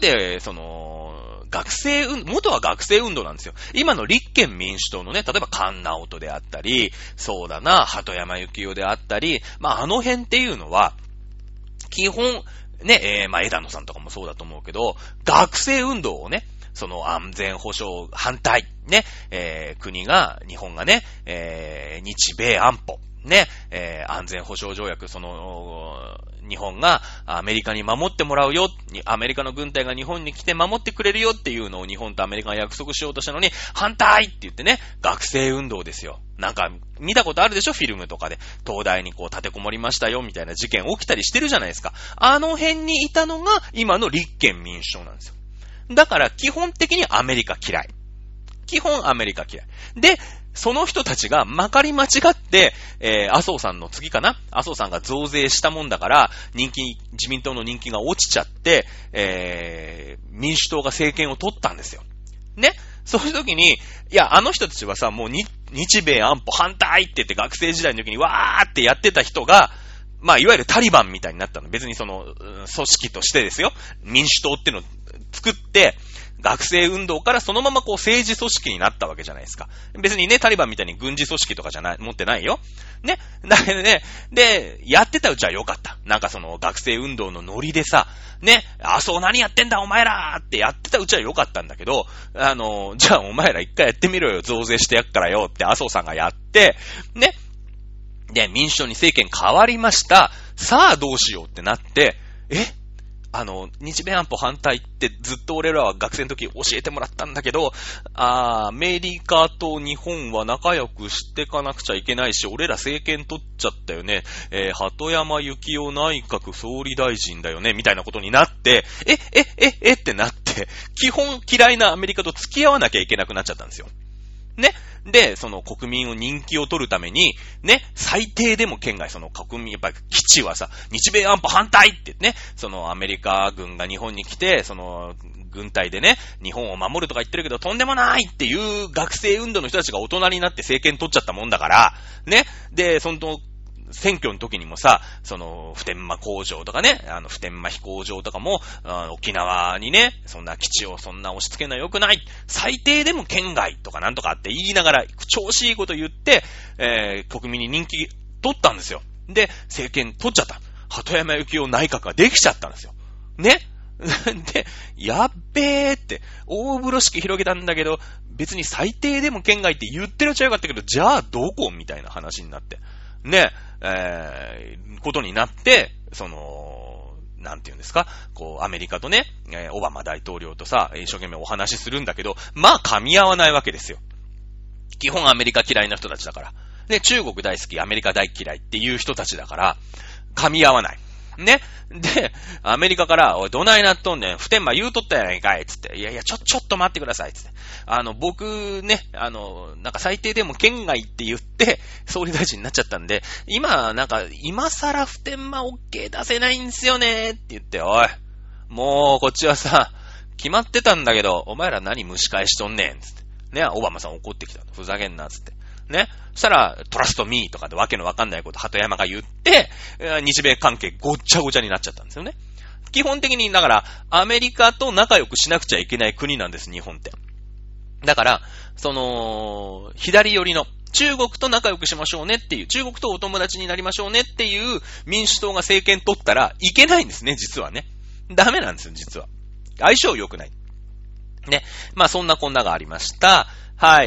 元は学生運動なんですよ。今の立憲民主党のね、例えば菅直人であったり、そうだな、鳩山幸夫であったり、まあ、あの辺っていうのは、基本、ね、まあ、枝野さんとかもそうだと思うけど、学生運動をね、その安全保障反対、ね、日本がね、日米安保、ね、安全保障条約、日本がアメリカに守ってもらうよ、アメリカの軍隊が日本に来て守ってくれるよっていうのを日本とアメリカが約束しようとしたのに、反対って言ってね、学生運動ですよ。なんか、見たことあるでしょ？フィルムとかで。東大にこう立てこもりましたよ、みたいな事件起きたりしてるじゃないですか。あの辺にいたのが、今の立憲民主党なんですよ。だから、基本的にアメリカ嫌い。で、その人たちがまかり間違って、麻生さんの次かな？麻生さんが増税したもんだから、自民党の人気が落ちちゃって、民主党が政権を取ったんですよ。ね？そういう時に、いや、あの人たちはさ、もう日米安保反対って言って学生時代の時にわーってやってた人が、まあ、いわゆるタリバンみたいになったの。別に組織としてですよ。民主党っていうのを作って、学生運動からそのままこう政治組織になったわけじゃないですか。別にね、タリバンみたいに軍事組織とかじゃない、持ってないよ。ね。だけどね、で、やってたうちは良かった。なんか学生運動のノリでさ、ね、そう何やってんだお前らってやってたうちは良かったんだけど、じゃあお前ら一回やってみろよ、増税してやっからよって麻生さんがやって、ね。で、民主党に政権変わりました。さあどうしようってなって、日米安保反対ってずっと俺らは学生の時教えてもらったんだけど、アメリカと日本は仲良くしていかなくちゃいけないし、俺ら政権取っちゃったよね。鳩山幸夫内閣総理大臣だよね。みたいなことになって、ってなって、基本嫌いなアメリカと付き合わなきゃいけなくなっちゃったんですよ。ね。で、国民を人気を取るために、ね、最低でも県外、国民、やっぱり基地はさ、日米安保反対ってね、アメリカ軍が日本に来て、軍隊でね、日本を守るとか言ってるけど、とんでもないっていう学生運動の人たちが大人になって政権取っちゃったもんだから、ね、で、選挙の時にもさ、普天間工場とかね、普天間飛行場とかも、沖縄にね、そんな基地をそんな押し付けるのは良くない。最低でも県外とかなんとかって言いながら、調子いいこと言って、国民に人気取ったんですよ。で、政権取っちゃった。鳩山幸夫内閣ができちゃったんですよ。ね。で、やっべーって、大風呂敷広げたんだけど、別に最低でも県外って言ってるうちはよかったけど、じゃあどこみたいな話になって。 ね、ことになって、なんて言うんですか、こう、アメリカとね、オバマ大統領とさ、一生懸命お話しするんだけど、まあ噛み合わないわけですよ。基本アメリカ嫌いな人たちだから。で、中国大好き、アメリカ大嫌いっていう人たちだから、噛み合わない。ね。で、アメリカから、おい、どないなっとんねん、普天間言うとったやないかい、つって。いやいや、ちょっと待ってください、つって。僕ね、なんか最低でも県外って言って、総理大臣になっちゃったんで、今更普天間 OK 出せないんすよね、って言って、おい、もう、こっちはさ、決まってたんだけど、お前ら何蒸し返しとんねん、つって。ね、オバマさん怒ってきた。ふざけんな、つって。ね。そしたら、トラストミーとかでわけのわかんないこと鳩山が言って、日米関係ごっちゃごちゃになっちゃったんですよね。基本的に、だから、アメリカと仲良くしなくちゃいけない国なんです、日本って。だから、左寄りの、中国と仲良くしましょうねっていう、中国とお友達になりましょうねっていう民主党が政権取ったらいけないんですね、実はね。ダメなんですよ、実は。相性良くない。ね。まあ、そんなこんながありました。はい。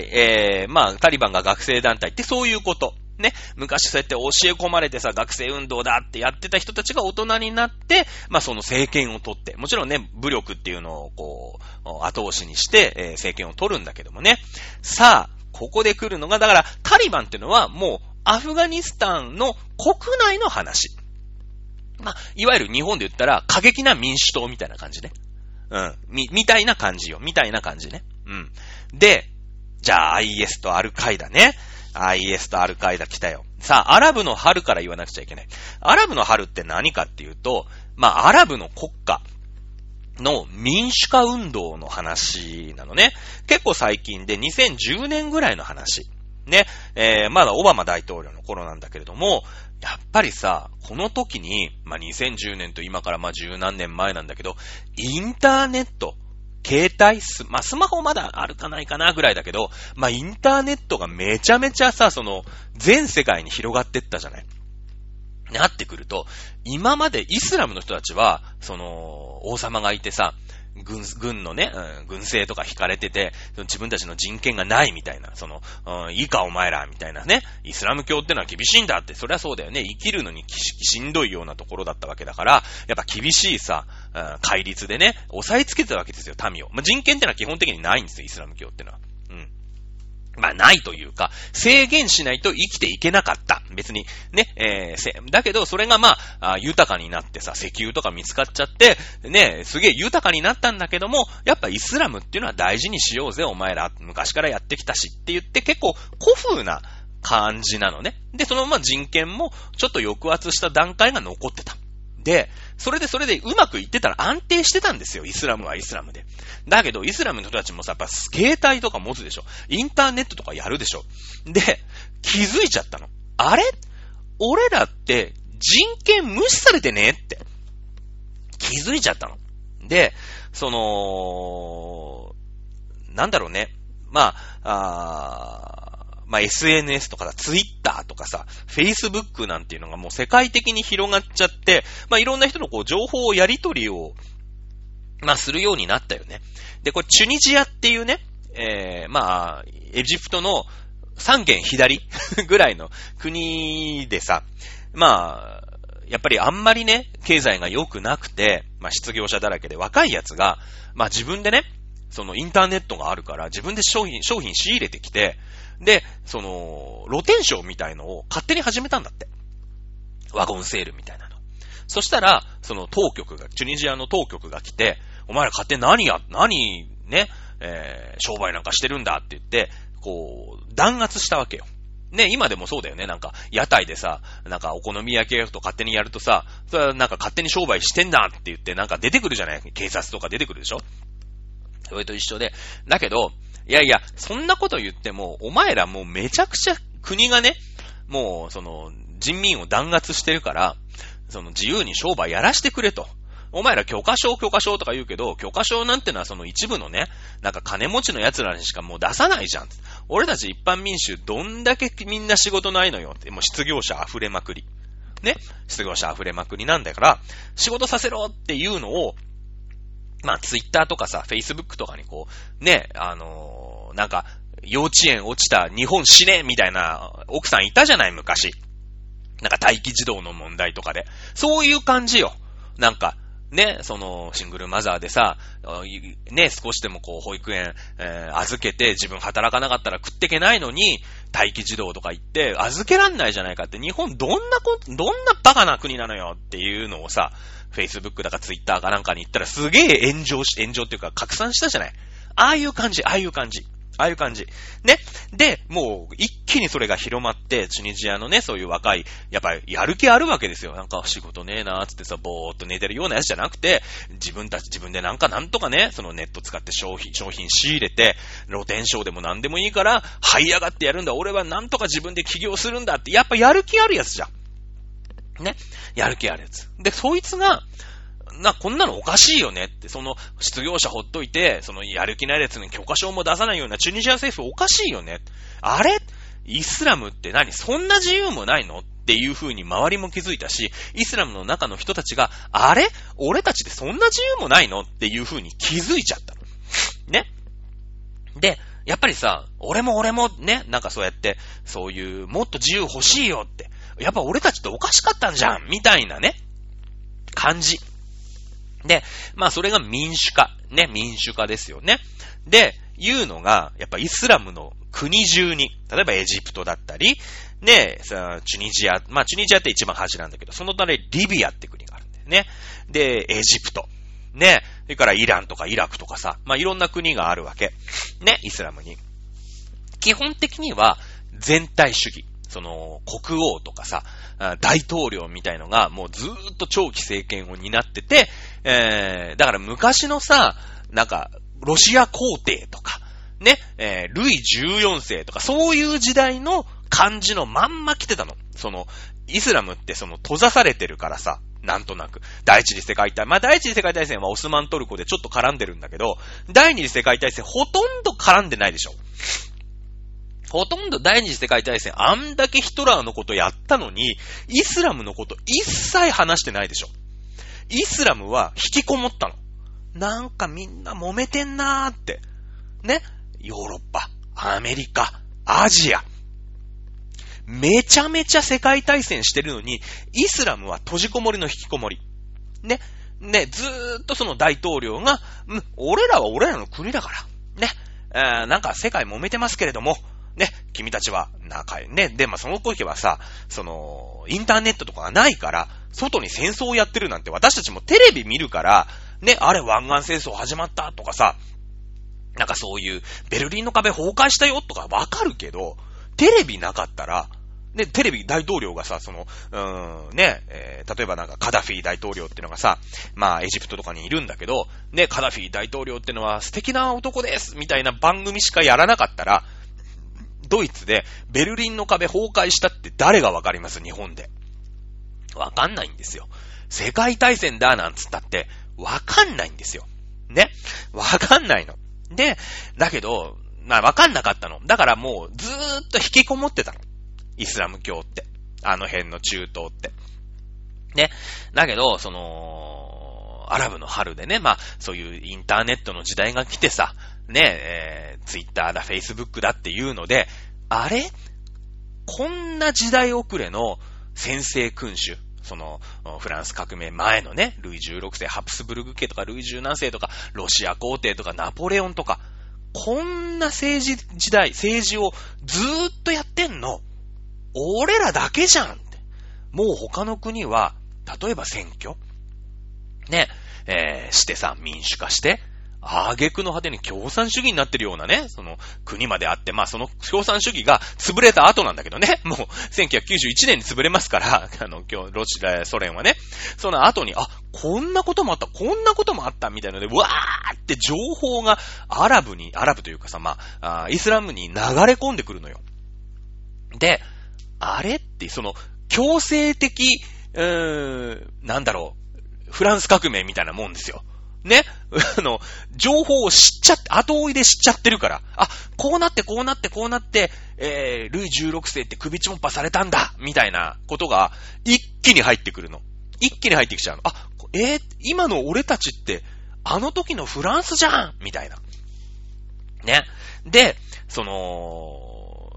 まあ、タリバンが学生団体ってそういうこと。ね。昔そうやって教え込まれてさ、学生運動だってやってた人たちが大人になって、まあ、その政権を取って、もちろんね、武力っていうのをこう、後押しにして、政権を取るんだけどもね。さあ、ここで来るのが、だから、タリバンっていうのはもう、アフガニスタンの国内の話。まあ、いわゆる日本で言ったら、過激な民主党みたいな感じね。うん。みたいな感じよ。みたいな感じね。うん。で、じゃあ IS とアルカイダね。IS とアルカイダ来たよ。さあ、アラブの春から言わなくちゃいけない。アラブの春って何かっていうと、まあ、アラブの国家の民主化運動の話なのね。結構最近で2010年ぐらいの話。ね。まだオバマ大統領の頃なんだけれども、やっぱりさ、この時に、まあ、2010年と今からまあ十何年前なんだけど、インターネット、携帯まあ、スマホまだあるかないかなぐらいだけど、まあ、インターネットがめちゃめちゃさ、全世界に広がってったじゃない。なってくると、今までイスラムの人たちは、王様がいてさ、軍のね、軍政とか引かれてて、自分たちの人権がないみたいな、いいかお前らみたいなね、イスラム教ってのは厳しいんだって、そりゃそうだよね、生きるのにしんどいようなところだったわけだから、やっぱ厳しいさ、戒律でね、抑えつけてたわけですよ、民を。まあ、人権ってのは基本的にないんですよ、イスラム教ってのは。うん。まあ、ないというか、制限しないと生きていけなかった。別に、ね、だけど、それがまあ、豊かになってさ、石油とか見つかっちゃって、ね、すげえ豊かになったんだけども、やっぱイスラムっていうのは大事にしようぜ、お前ら。昔からやってきたしって言って、結構古風な感じなのね。で、そのまま人権もちょっと抑圧した段階が残ってた。で、それでうまくいってたら安定してたんですよ、イスラムはイスラムで。だけど、イスラムの人たちもさ、やっぱ携帯とか持つでしょ。インターネットとかやるでしょ。で、気づいちゃったの。あれ？俺らって人権無視されてねって。気づいちゃったの。で、なんだろうね。まあ、SNS とかさ、Twitter とかさ、Facebook なんていうのがもう世界的に広がっちゃって、まあいろんな人のこう情報やり取りを、まあするようになったよね。で、これチュニジアっていうね、まあ、エジプトの3軒左ぐらいの国でさ、まあ、やっぱりあんまりね、経済が良くなくて、まあ失業者だらけで若いやつが、まあ自分でね、インターネットがあるから自分で商品仕入れてきて、で、露天商みたいのを勝手に始めたんだって。ワゴンセールみたいなの。そしたら、チュニジアの当局が来て、お前ら勝手にね、商売なんかしてるんだって言って、こう、弾圧したわけよ。ね、今でもそうだよね。なんか、屋台でさ、なんかお好み焼き屋と勝手にやるとさ、それはなんか勝手に商売してんだって言って、なんか出てくるじゃない？警察とか出てくるでしょ？それと一緒で。だけど、いやいや、そんなこと言っても、お前らもうめちゃくちゃ国がね、もう人民を弾圧してるから、自由に商売やらしてくれと。お前ら許可証とか言うけど、許可証なんてのは一部のね、なんか金持ちの奴らにしかもう出さないじゃん。俺たち一般民衆どんだけみんな仕事ないのよって、もう失業者溢れまくり。ね、失業者溢れまくりなんだから、仕事させろっていうのを、まあ、ツイッターとかさ、フェイスブックとかにこう、ね、なんか、幼稚園落ちた日本死ねみたいな奥さんいたじゃない、昔。 なんか待機児童の問題とかで。そういう感じよ。なんか、ね、その、シングルマザーでさ、ね、少しでもこう、保育園、預けて自分働かなかったら食ってけないのに、待機児童とか言って、預けらんないじゃないかって、日本どんなバカな国なのよっていうのをさ、Facebook だか Twitter かなんかに言ったらすげえ炎上っていうか拡散したじゃない。ああいう感じ。ね。で、もう一気にそれが広まって、チュニジアのね、そういう若い、やっぱりやる気あるわけですよ。なんか仕事ねえなーつってさ、ぼーっと寝てるようなやつじゃなくて、自分でなんとかね、そのネット使って商品仕入れて、露天商でもなんでもいいから、這い上がってやるんだ。俺はなんとか自分で起業するんだって、やっぱやる気あるやつじゃん。ね。やる気あるやつ。で、そいつが、こんなのおかしいよねって、その失業者ほっといて、そのやる気ないやつに許可証も出さないようなチュニジア政府おかしいよね。あれイスラムって何そんな自由もないのっていう風に周りも気づいたし、イスラムの中の人たちが、あれ俺たちってそんな自由もないのっていう風に気づいちゃったの。ね。で、やっぱりさ、俺もね、なんかそうやって、そういうもっと自由欲しいよって、やっぱ俺たちっておかしかったんじゃんみたいなね、感じ。で、まあそれが民主化ですよね。で、いうのが、やっぱイスラムの国中に、例えばエジプトだったり、ね、チュニジアって一番端なんだけど、その隣リビアって国があるんだよね。で、エジプト。ね、それからイランとかイラクとかさ、まあいろんな国があるわけ。ね、イスラムに。基本的には全体主義。その、国王とかさ、大統領みたいのがもうずーっと長期政権を担ってて、だから昔のさ、なんか、ロシア皇帝とか、ね、ルイ14世とか、そういう時代の感じのまんま来てたの。その、イスラムってその閉ざされてるからさ、なんとなく。第一次世界大戦はオスマントルコでちょっと絡んでるんだけど、第二次世界大戦ほとんど絡んでないでしょ。ほとんど第二次世界大戦あんだけヒトラーのことやったのに、イスラムのこと一切話してないでしょ。イスラムは引きこもったの。なんかみんな揉めてんなーって。ね。ヨーロッパ、アメリカ、アジア。めちゃめちゃ世界大戦してるのに、イスラムは閉じこもりの引きこもり。ね。ね、ずーっとその大統領が、俺らは俺らの国だから。ね。なんか世界揉めてますけれども、ね、君たちは仲良いね。で、まあ、その時はさ、インターネットとかがないから、外に戦争をやってるなんて私たちもテレビ見るから、ね、あれ湾岸戦争始まったとかさ、なんかそういうベルリンの壁崩壊したよとかわかるけど、テレビなかったら、ね、テレビ大統領がさ、例えばなんかカダフィ大統領ってのがさ、まあエジプトとかにいるんだけど、ね、カダフィ大統領ってのは素敵な男ですみたいな番組しかやらなかったら、ドイツでベルリンの壁崩壊したって誰がわかります？日本で。わかんないんですよ。世界大戦だなんつったってわかんないんですよ。ね。わかんないの。で、だけど、まあわかんなかったの。だからもうずーっと引きこもってたの。イスラム教って。あの辺の中東って。ね。だけど、アラブの春でね、まあそういうインターネットの時代が来てさ、ね、ツイッターだ、フェイスブックだっていうので、あれ？こんな時代遅れの専制君主、フランス革命前のね、ルイ16世、ハプスブルグ家とかルイ10何世とか、ロシア皇帝とかナポレオンとか、こんな政治をずーっとやってんの、俺らだけじゃんって。もう他の国は、例えば選挙ね、してさ、民主化して、挙句の果てに共産主義になってるようなね、国まであって、まあその共産主義が潰れた後なんだけどね、もう1991年に潰れますから、ソ連はね、その後に、こんなこともあった、みたいなので、わーって情報がアラブというかさ、まあ、イスラムに流れ込んでくるのよ。で、あれって、強制的、なんだろう、フランス革命みたいなもんですよ。ね。情報を後追いで知っちゃってるから。こうなって、ルイ16世って首ちもっぱされたんだみたいなことが一気に入ってくるの。一気に入ってきちゃうの。今の俺たちって、あの時のフランスじゃんみたいな。ね。で、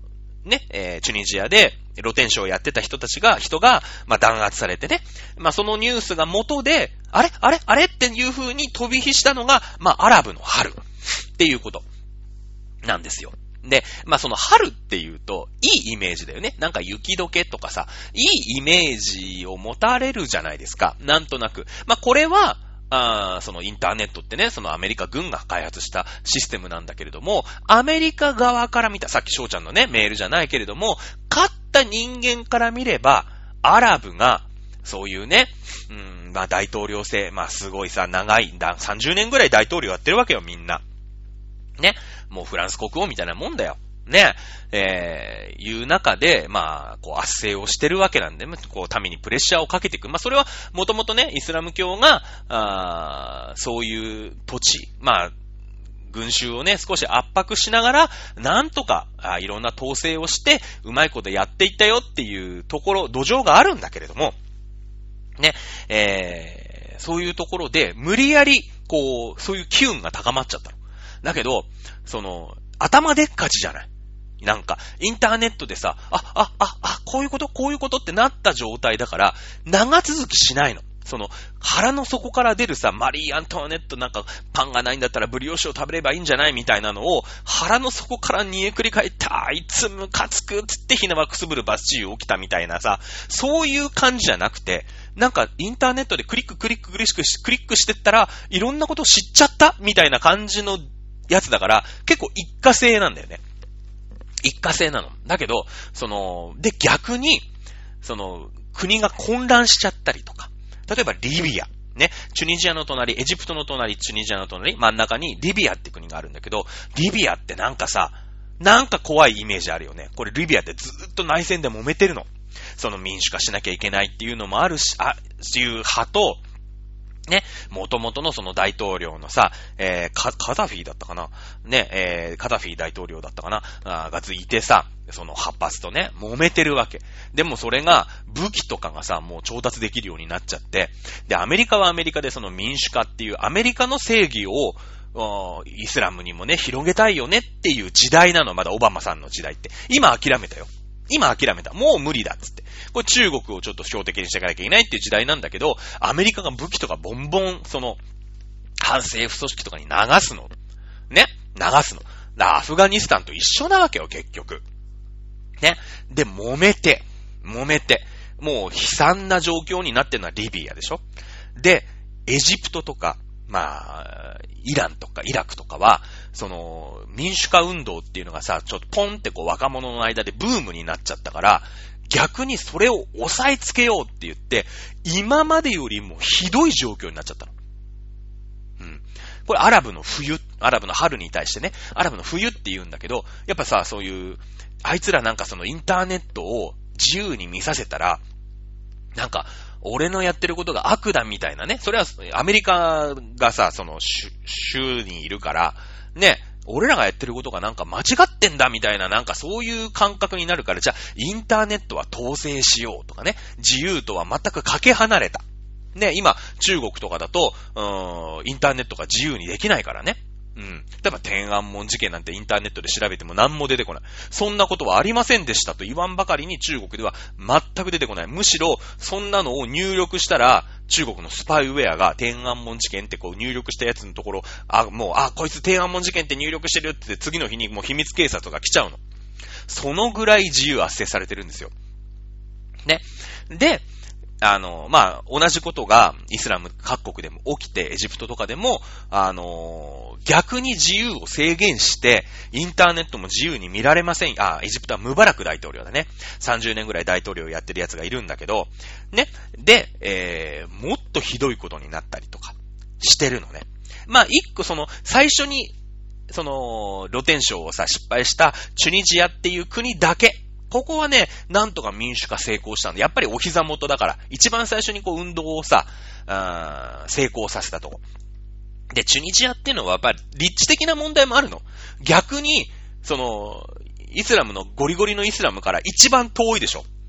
ね、チュニジアで露天商をやってた人が、まあ、弾圧されてね、まあ、そのニュースが元で、あれっていう風に飛び火したのが、まあ、アラブの春っていうことなんですよ。で、まあ、その春っていうと、いいイメージだよね。なんか雪解けとかさ、いいイメージを持たれるじゃないですか。なんとなく。まあ、これは、そのインターネットってね、そのアメリカ軍が開発したシステムなんだけれども、アメリカ側から見た、さっき翔ちゃんのね、メールじゃないけれども、勝った人間から見れば、アラブが、そういうね、まあ大統領制、まあすごいさ、長い、30年ぐらい大統領やってるわけよ、みんな。ね、もうフランス国王みたいなもんだよ。ね、いう中で、まあ、こう、圧政をしてるわけなんで、こう、民にプレッシャーをかけていく。まあ、それは、もともとね、イスラム教が、そういう土地、まあ、群衆をね、少し圧迫しながら、なんとか、いろんな統制をして、うまいことやっていったよっていうところ、土壌があるんだけれども、ね、そういうところで、無理やり、こう、そういう機運が高まっちゃったの。だけど、頭でっかちじゃない。なんか、インターネットでさ、こういうことってなった状態だから、長続きしないの。腹の底から出るさ、マリー・アントワネットなんか、パンがないんだったらブリオッシュを食べればいいんじゃないみたいなのを、腹の底から煮えくり返った、あいつムカつくつってひなわくすぶるバスチュー起きたみたいなさ、そういう感じじゃなくて、なんか、インターネットでクリックしてったら、いろんなことを知っちゃったみたいな感じのやつだから、結構一過性なんだよね。一過性なの。だけど、で、逆に、国が混乱しちゃったりとか。例えば、リビア。ね。チュニジアの隣、エジプトの隣、チュニジアの隣、真ん中にリビアって国があるんだけど、リビアってなんかさ、なんか怖いイメージあるよね。これ、リビアってずっと内戦で揉めてるの。民主化しなきゃいけないっていうのもあるし、っていう派と、ね、元々のその大統領のさ、カダフィだったかなね、カダフィ大統領だったかながついてさ、その派閥とね、揉めてるわけ。でもそれが、武器とかがさ、もう調達できるようになっちゃって、で、アメリカはアメリカでその民主化っていう、アメリカの正義を、イスラムにもね、広げたいよねっていう時代なの、まだオバマさんの時代って。今諦めたよ。もう無理だっつって。これ中国をちょっと標的にしていかなきゃいけないっていう時代なんだけど、アメリカが武器とかボンボン、反政府組織とかに流すの。ね？流すの。アフガニスタンと一緒なわけよ、結局。ね？で、揉めて、もう悲惨な状況になってるのはリビアでしょ？で、エジプトとか、まあ、イランとかイラクとかは、民主化運動っていうのがさ、ちょっとポンってこう若者の間でブームになっちゃったから、逆にそれを抑えつけようって言って、今までよりもひどい状況になっちゃったの。これアラブの春に対してね、アラブの冬って言うんだけど、やっぱさ、そういう、あいつらなんかインターネットを自由に見させたら、なんか、俺のやってることが悪だみたいなね。それはアメリカがさ、州にいるから、ね、俺らがやってることがなんか間違ってんだみたいな、なんかそういう感覚になるから、じゃあインターネットは統制しようとかね、自由とは全くかけ離れた。ね、今、中国とかだと、インターネットが自由にできないからね。例えば天安門事件なんてインターネットで調べても何も出てこない。そんなことはありませんでしたと言わんばかりに中国では全く出てこない。むしろそんなのを入力したら中国のスパイウェアが天安門事件ってこう入力したやつのところ、こいつ天安門事件って入力してるって次の日にもう秘密警察が来ちゃうの。そのぐらい自由圧制されてるんですよ。ね。で、同じことがイスラム各国でも起きて、エジプトとかでも、逆に自由を制限して、インターネットも自由に見られません。エジプトはムバラク大統領だね。30年ぐらい大統領をやってるやつがいるんだけど、ね。で、もっとひどいことになったりとかしてるのね。一個最初に、露天商をさ、失敗したチュニジアっていう国だけ、ここはね、なんとか民主化成功したんで、やっぱりお膝元だから、一番最初にこう運動をさ、成功させたとこ。で、チュニジアっていうのはやっぱり立地的な問題もあるの。逆に、イスラムのゴリゴリのイスラムから一番遠いでしょ。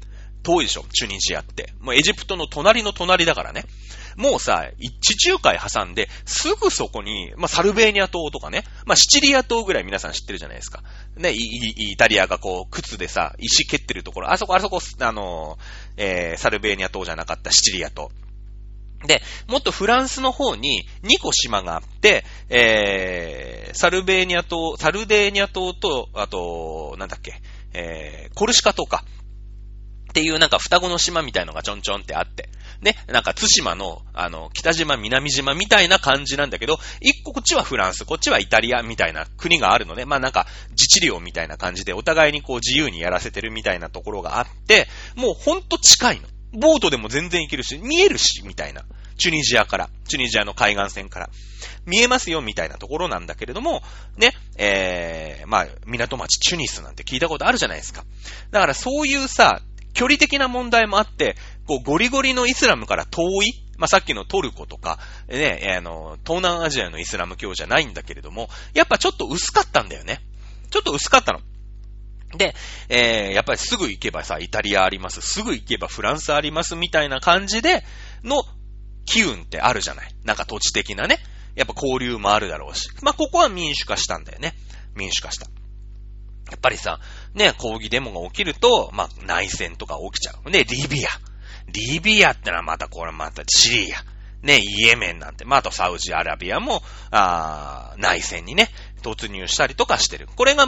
遠いでしょ、チュニジアって。もうエジプトの隣の隣だからね。もうさ、地中海挟んで、すぐそこに、サルベーニャ島とかね、シチリア島ぐらい皆さん知ってるじゃないですか。ね、イタリアがこう、靴でさ、石蹴ってるところ、あそこ、サルベーニャ島じゃなかったシチリア島。で、もっとフランスの方に2個島があって、サルデーニャ島と、あと、なんだっけ、コルシカ島か。っていうなんか双子の島みたいのがちょんちょんってあって。ね、なんか津島の、北島、南島みたいな感じなんだけど、一個こっちはフランス、こっちはイタリアみたいな国があるのね。なんか自治領みたいな感じでお互いにこう自由にやらせてるみたいなところがあって、もうほんと近いの。ボートでも全然行けるし、見えるし、みたいな。チュニジアの海岸線から。見えますよ、みたいなところなんだけれども、ね、港町チュニスなんて聞いたことあるじゃないですか。だからそういうさ、距離的な問題もあって、こうゴリゴリのイスラムから遠い、さっきのトルコとか、ね、東南アジアのイスラム教じゃないんだけれども、やっぱちょっと薄かったんだよね。ちょっと薄かったの。で、やっぱりすぐ行けばさ、イタリアあります、すぐ行けばフランスありますみたいな感じでの機運ってあるじゃない。なんか土地的なね。やっぱ交流もあるだろうし。ここは民主化したんだよね。民主化した。やっぱりさ、ね、抗議デモが起きると、内戦とか起きちゃう。ね、リビアってのはまたシリア。ね、イエメンなんて、あとサウジアラビアも、内戦にね、突入したりとかしてる。これが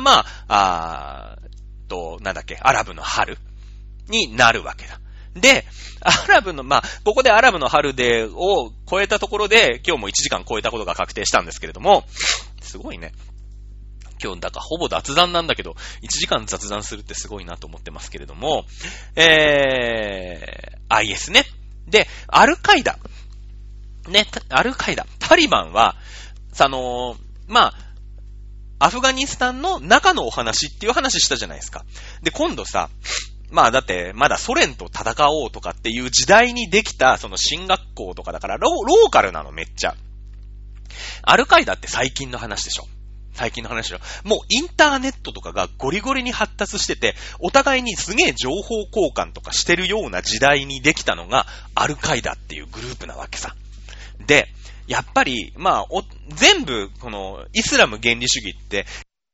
なんだっけ、アラブの春になるわけだ。で、ここでアラブの春を超えたところで、今日も1時間超えたことが確定したんですけれども、すごいね。今日、だからほぼ雑談なんだけど、1時間雑談するってすごいなと思ってますけれども、IS ね。で、アルカイダ。ね、タリバンは、アフガニスタンの中のお話っていう話したじゃないですか。で、今度さ、だって、まだソ連と戦おうとかっていう時代にできた、その進学校とかだから、ローカルなの、めっちゃ。アルカイダって最近の話でしょ。もうインターネットとかがゴリゴリに発達してて、お互いにすげえ情報交換とかしてるような時代にできたのが、アルカイダっていうグループなわけさ。で、やっぱり、全部、この、イスラム原理主義って、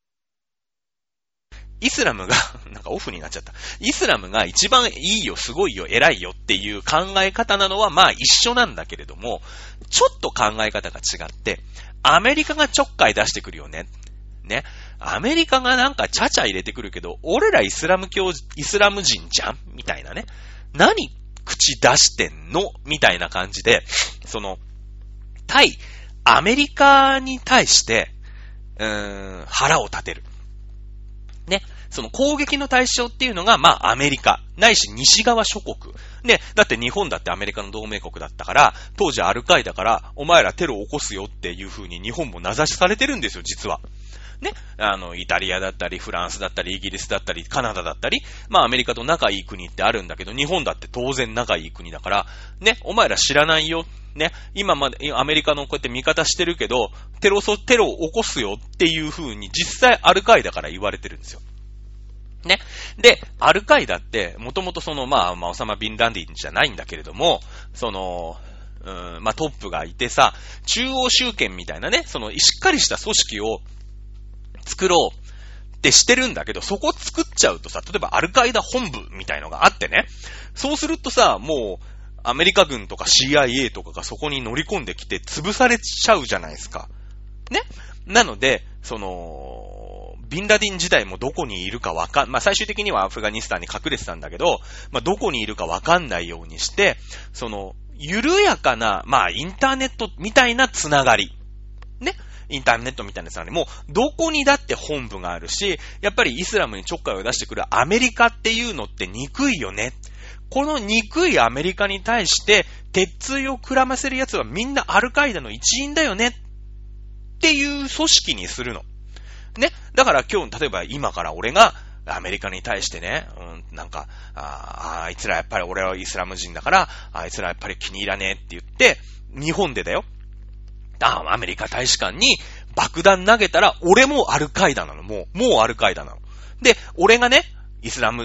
イスラムが、なんかオフになっちゃった。イスラムが一番いいよ、すごいよ、偉いよっていう考え方なのは一緒なんだけれども、ちょっと考え方が違って、アメリカがちょっかい出してくるよね。ね。アメリカがなんかちゃちゃ入れてくるけど、俺らイスラム人じゃんみたいなね。何口出してんのみたいな感じで、対アメリカに対して、腹を立てる。ね。その攻撃の対象っていうのが、アメリカ、ないし西側諸国。ね。だって日本だってアメリカの同盟国だったから、当時アルカイダから、お前らテロを起こすよっていう風に日本も名指しされてるんですよ、実は。ね。イタリアだったり、フランスだったり、イギリスだったり、カナダだったり、アメリカと仲いい国ってあるんだけど、日本だって当然仲いい国だから、ね。お前ら知らないよ。ね。今までアメリカのこうやって味方してるけど、テロを起こすよっていう風に実際アルカイダから言われてるんですよ。ね。で、アルカイダって、もともとオサマ・ビンラディンじゃないんだけれども、トップがいてさ、中央集権みたいなね、しっかりした組織を作ろうってしてるんだけど、そこ作っちゃうとさ、例えばアルカイダ本部みたいのがあってね、そうするとさ、もう、アメリカ軍とか CIA とかがそこに乗り込んできて潰されちゃうじゃないですか。ね。なので、ビンラディン自体もどこにいるか最終的にはアフガニスタンに隠れてたんだけど、どこにいるかわかんないようにして、緩やかな、インターネットみたいなつながり。ね。インターネットみたいなつながり。もう、どこにだって本部があるし、やっぱりイスラムにちょっかいを出してくるアメリカっていうのって憎いよね。この憎いアメリカに対して、鉄槌をくらませる奴はみんなアルカイダの一員だよね。っていう組織にするの。ね。だから今日、例えば今から俺がアメリカに対してね、あいつらやっぱり俺はイスラム人だから、あいつらやっぱり気に入らねえって言って、日本でだよ。アメリカ大使館に爆弾投げたら、俺もアルカイダなの。もうアルカイダなの。で、俺がね、イスラム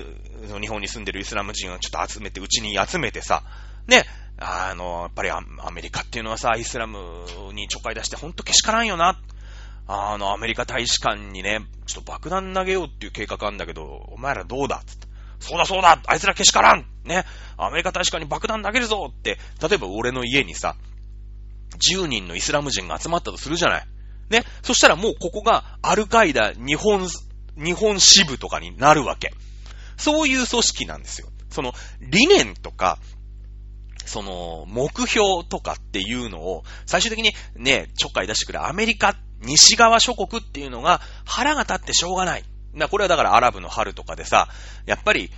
日本に住んでるイスラム人をちょっと集めて、うちに集めてさ、ね、やっぱりアメリカっていうのはさ、イスラムにちょっかい出してほんとけしからんよな。アメリカ大使館にね、ちょっと爆弾投げようっていう計画あるんだけど、お前らどうだつって。そうだあいつらけしからんね、アメリカ大使館に爆弾投げるぞって、例えば俺の家にさ、10人のイスラム人が集まったとするじゃない。ね。そしたらもうここがアルカイダ日本支部とかになるわけ。そういう組織なんですよ。その理念とか、その目標とかっていうのを最終的にね、ちょっかい出してくるアメリカ、西側諸国っていうのが腹が立ってしょうがない。これはだからアラブの春とかでさ、やっぱり、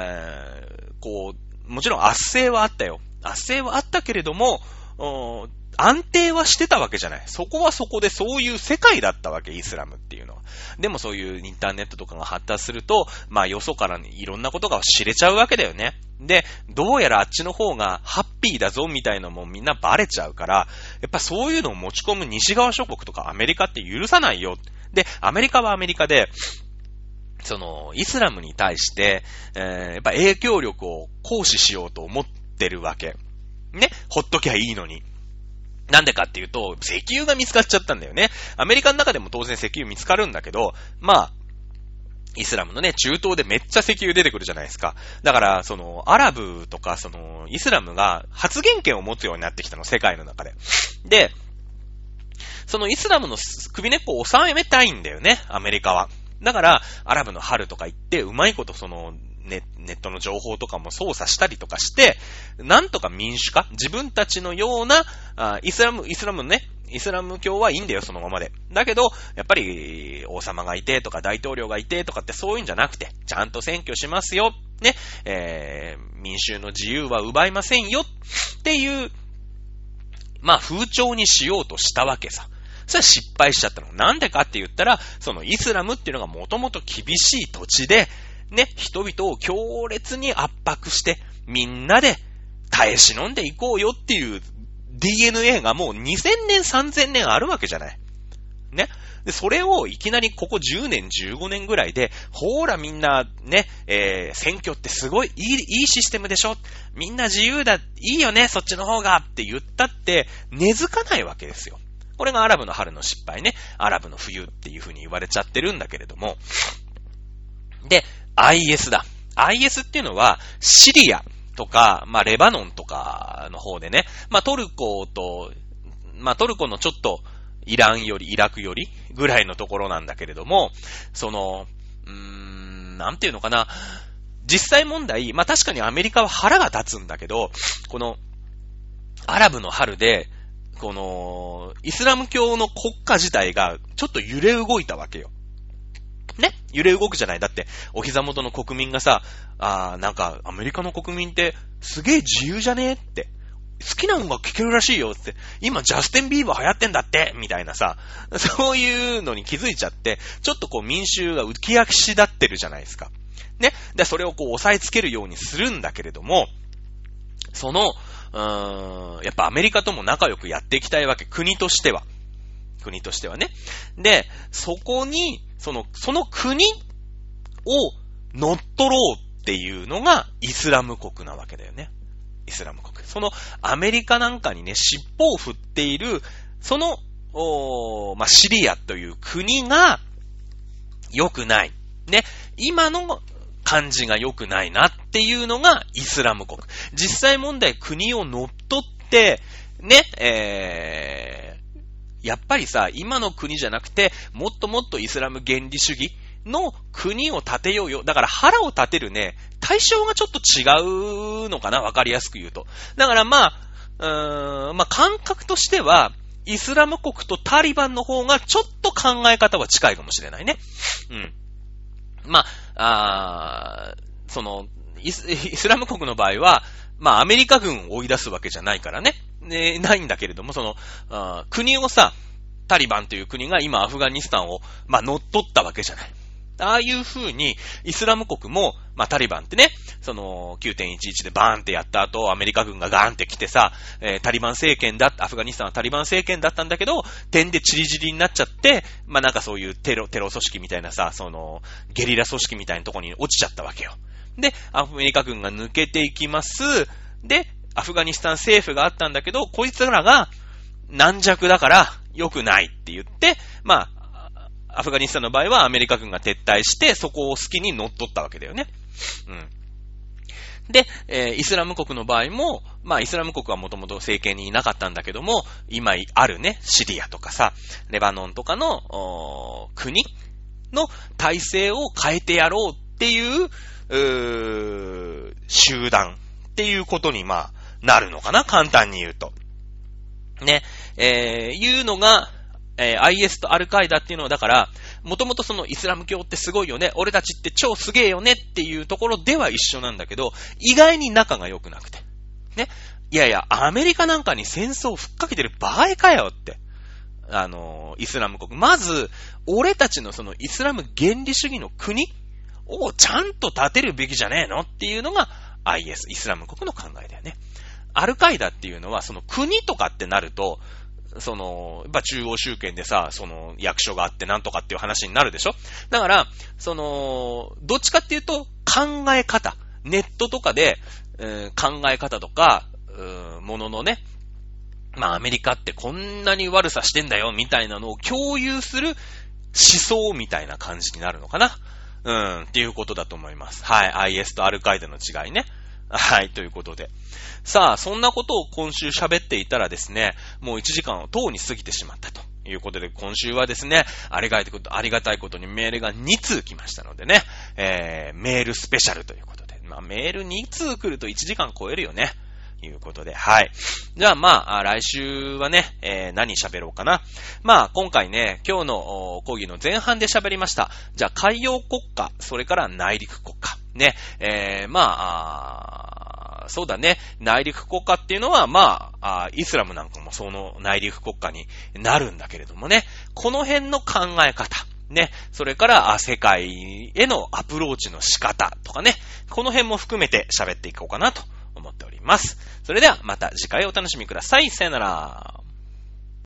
もちろん圧政はあったよ。圧政はあったけれども、安定はしてたわけじゃない。そこはそこでそういう世界だったわけ、イスラムっていうのは。でもそういうインターネットとかが発達すると、よそからいろんなことが知れちゃうわけだよね。で、どうやらあっちの方がハッピーだぞみたいなのもみんなバレちゃうから、やっぱそういうのを持ち込む西側諸国とかアメリカって許さないよ。で、アメリカはアメリカで、その、イスラムに対して、やっぱ影響力を行使しようと思ってるわけ。ね、ほっときゃいいのに。なんでかっていうと、石油が見つかっちゃったんだよね。アメリカの中でも当然石油見つかるんだけど、イスラムのね、中東でめっちゃ石油出てくるじゃないですか。だから、その、アラブとか、その、イスラムが発言権を持つようになってきたの、世界の中で。で、そのイスラムの首根っこを収めたいんだよね、アメリカは。だから、アラブの春とか言って、うまいことその、ネットの情報とかも操作したりとかして、なんとか民主化、自分たちのような、イスラムね、イスラム教はいいんだよ、そのままで。だけど、やっぱり、王様がいてとか大統領がいてとかってそういうんじゃなくて、ちゃんと選挙しますよ、ね、民衆の自由は奪いませんよっていう、風潮にしようとしたわけさ。それは失敗しちゃったの。なんでかって言ったら、そのイスラムっていうのがもともと厳しい土地で、ね、人々を強烈に圧迫して、みんなで耐え忍んでいこうよっていう DNA がもう2000年、3000年あるわけじゃない。ね。で、それをいきなりここ10年、15年ぐらいで、ほーらみんなね、選挙ってすごいいいシステムでしょ。みんな自由だ、いいよね、そっちの方がって言ったって根付かないわけですよ。これがアラブの春の失敗ね。アラブの冬っていう風に言われちゃってるんだけれども。で、IS だ。IS っていうのは、シリアとか、レバノンとかの方でね、トルコのちょっと、イラクよりぐらいのところなんだけれども、その、なんていうのかな。実際問題、確かにアメリカは腹が立つんだけど、この、アラブの春で、この、イスラム教の国家自体がちょっと揺れ動いたわけよ。ね、揺れ動くじゃない。だって、お膝元の国民がさ、なんか、アメリカの国民って、すげえ自由じゃねって。好きな音楽聴けるらしいよって。今、ジャスティン・ビーバー流行ってんだってみたいなさ、そういうのに気づいちゃって、ちょっとこう民衆が浮き足立ってるじゃないですか。ね。で、それをこう押さえつけるようにするんだけれども、その、やっぱアメリカとも仲良くやっていきたいわけ。国としてはね。で、そこに、その国を乗っ取ろうっていうのがイスラム国なわけだよね。イスラム国。そのアメリカなんかにね、尻尾を振っている、その、シリアという国が良くない。ね。今の感じが良くないなっていうのがイスラム国。実際問題、国を乗っ取って、ね、やっぱりさ、今の国じゃなくて、もっともっとイスラム原理主義の国を建てようよ。だから腹を立てるね、対象がちょっと違うのかな、わかりやすく言うと。だから感覚としては、イスラム国とタリバンの方がちょっと考え方は近いかもしれないね。うん。その、イスラム国の場合は、アメリカ軍を追い出すわけじゃないからね。ないんだけれども、その、国をさ、タリバンという国が今アフガニスタンを、乗っ取ったわけじゃない。ああいう風に、イスラム国も、タリバンってね、その、9.11 でバーンってやった後、アメリカ軍がガーンって来てさ、タリバン政権アフガニスタンはタリバン政権だったんだけど、点でチリチリになっちゃって、なんかそういうテロ組織みたいなさ、その、ゲリラ組織みたいなところに落ちちゃったわけよ。 で、アメリカ軍が抜けていきます。で、アフガニスタン政府があったんだけど、こいつらが軟弱だから良くないって言って、まあ、アフガニスタンの場合はアメリカ軍が撤退して、そこを好きに乗っ取ったわけだよね。うん。で、イスラム国の場合も、まあ、イスラム国はもともと政権にいなかったんだけども、今あるね、シリアとかさ、レバノンとかの国の体制を変えてやろうっていう、集団っていうことに、まあ、なるのかな、簡単に言うと。ね、いうのが、IS とアルカイダっていうのはだから、もともとそのイスラム教ってすごいよね、俺たちって超すげえよねっていうところでは一緒なんだけど、意外に仲が良くなくて。ね。いやいや、アメリカなんかに戦争をふっかけてる場合かよって。イスラム国。まず、俺たちのそのイスラム原理主義の国をちゃんと立てるべきじゃねえのっていうのが IS、イスラム国の考えだよね。アルカイダっていうのはその国とかってなると、やっぱ中央集権でさ、役所があってなんとかっていう話になるでしょ？だから、どっちかっていうと、考え方。ネットとかで、考え方とか、もののね、まあアメリカってこんなに悪さしてんだよ、みたいなのを共有する思想みたいな感じになるのかな？っていうことだと思います。はい。IS とアルカイダの違いね。はい、ということで。さあ、そんなことを今週喋っていたらですね、もう1時間をとうに過ぎてしまったということで、今週はですね、ありがたいことにメールが2通来ましたのでね、メールスペシャルということで、まあメール2通来ると1時間超えるよね。いうことで、はい。じゃあまあ、来週はね、何喋ろうかな。まあ、今回ね、今日の講義の前半で喋りました。じゃあ、海洋国家、それから内陸国家。ね、そうだね、内陸国家っていうのは、まあ、イスラムなんかもその内陸国家になるんだけれどもね、この辺の考え方。ね、それから世界へのアプローチの仕方とかね、この辺も含めて喋っていこうかなと思っております。それではまた次回お楽しみください。さよなら。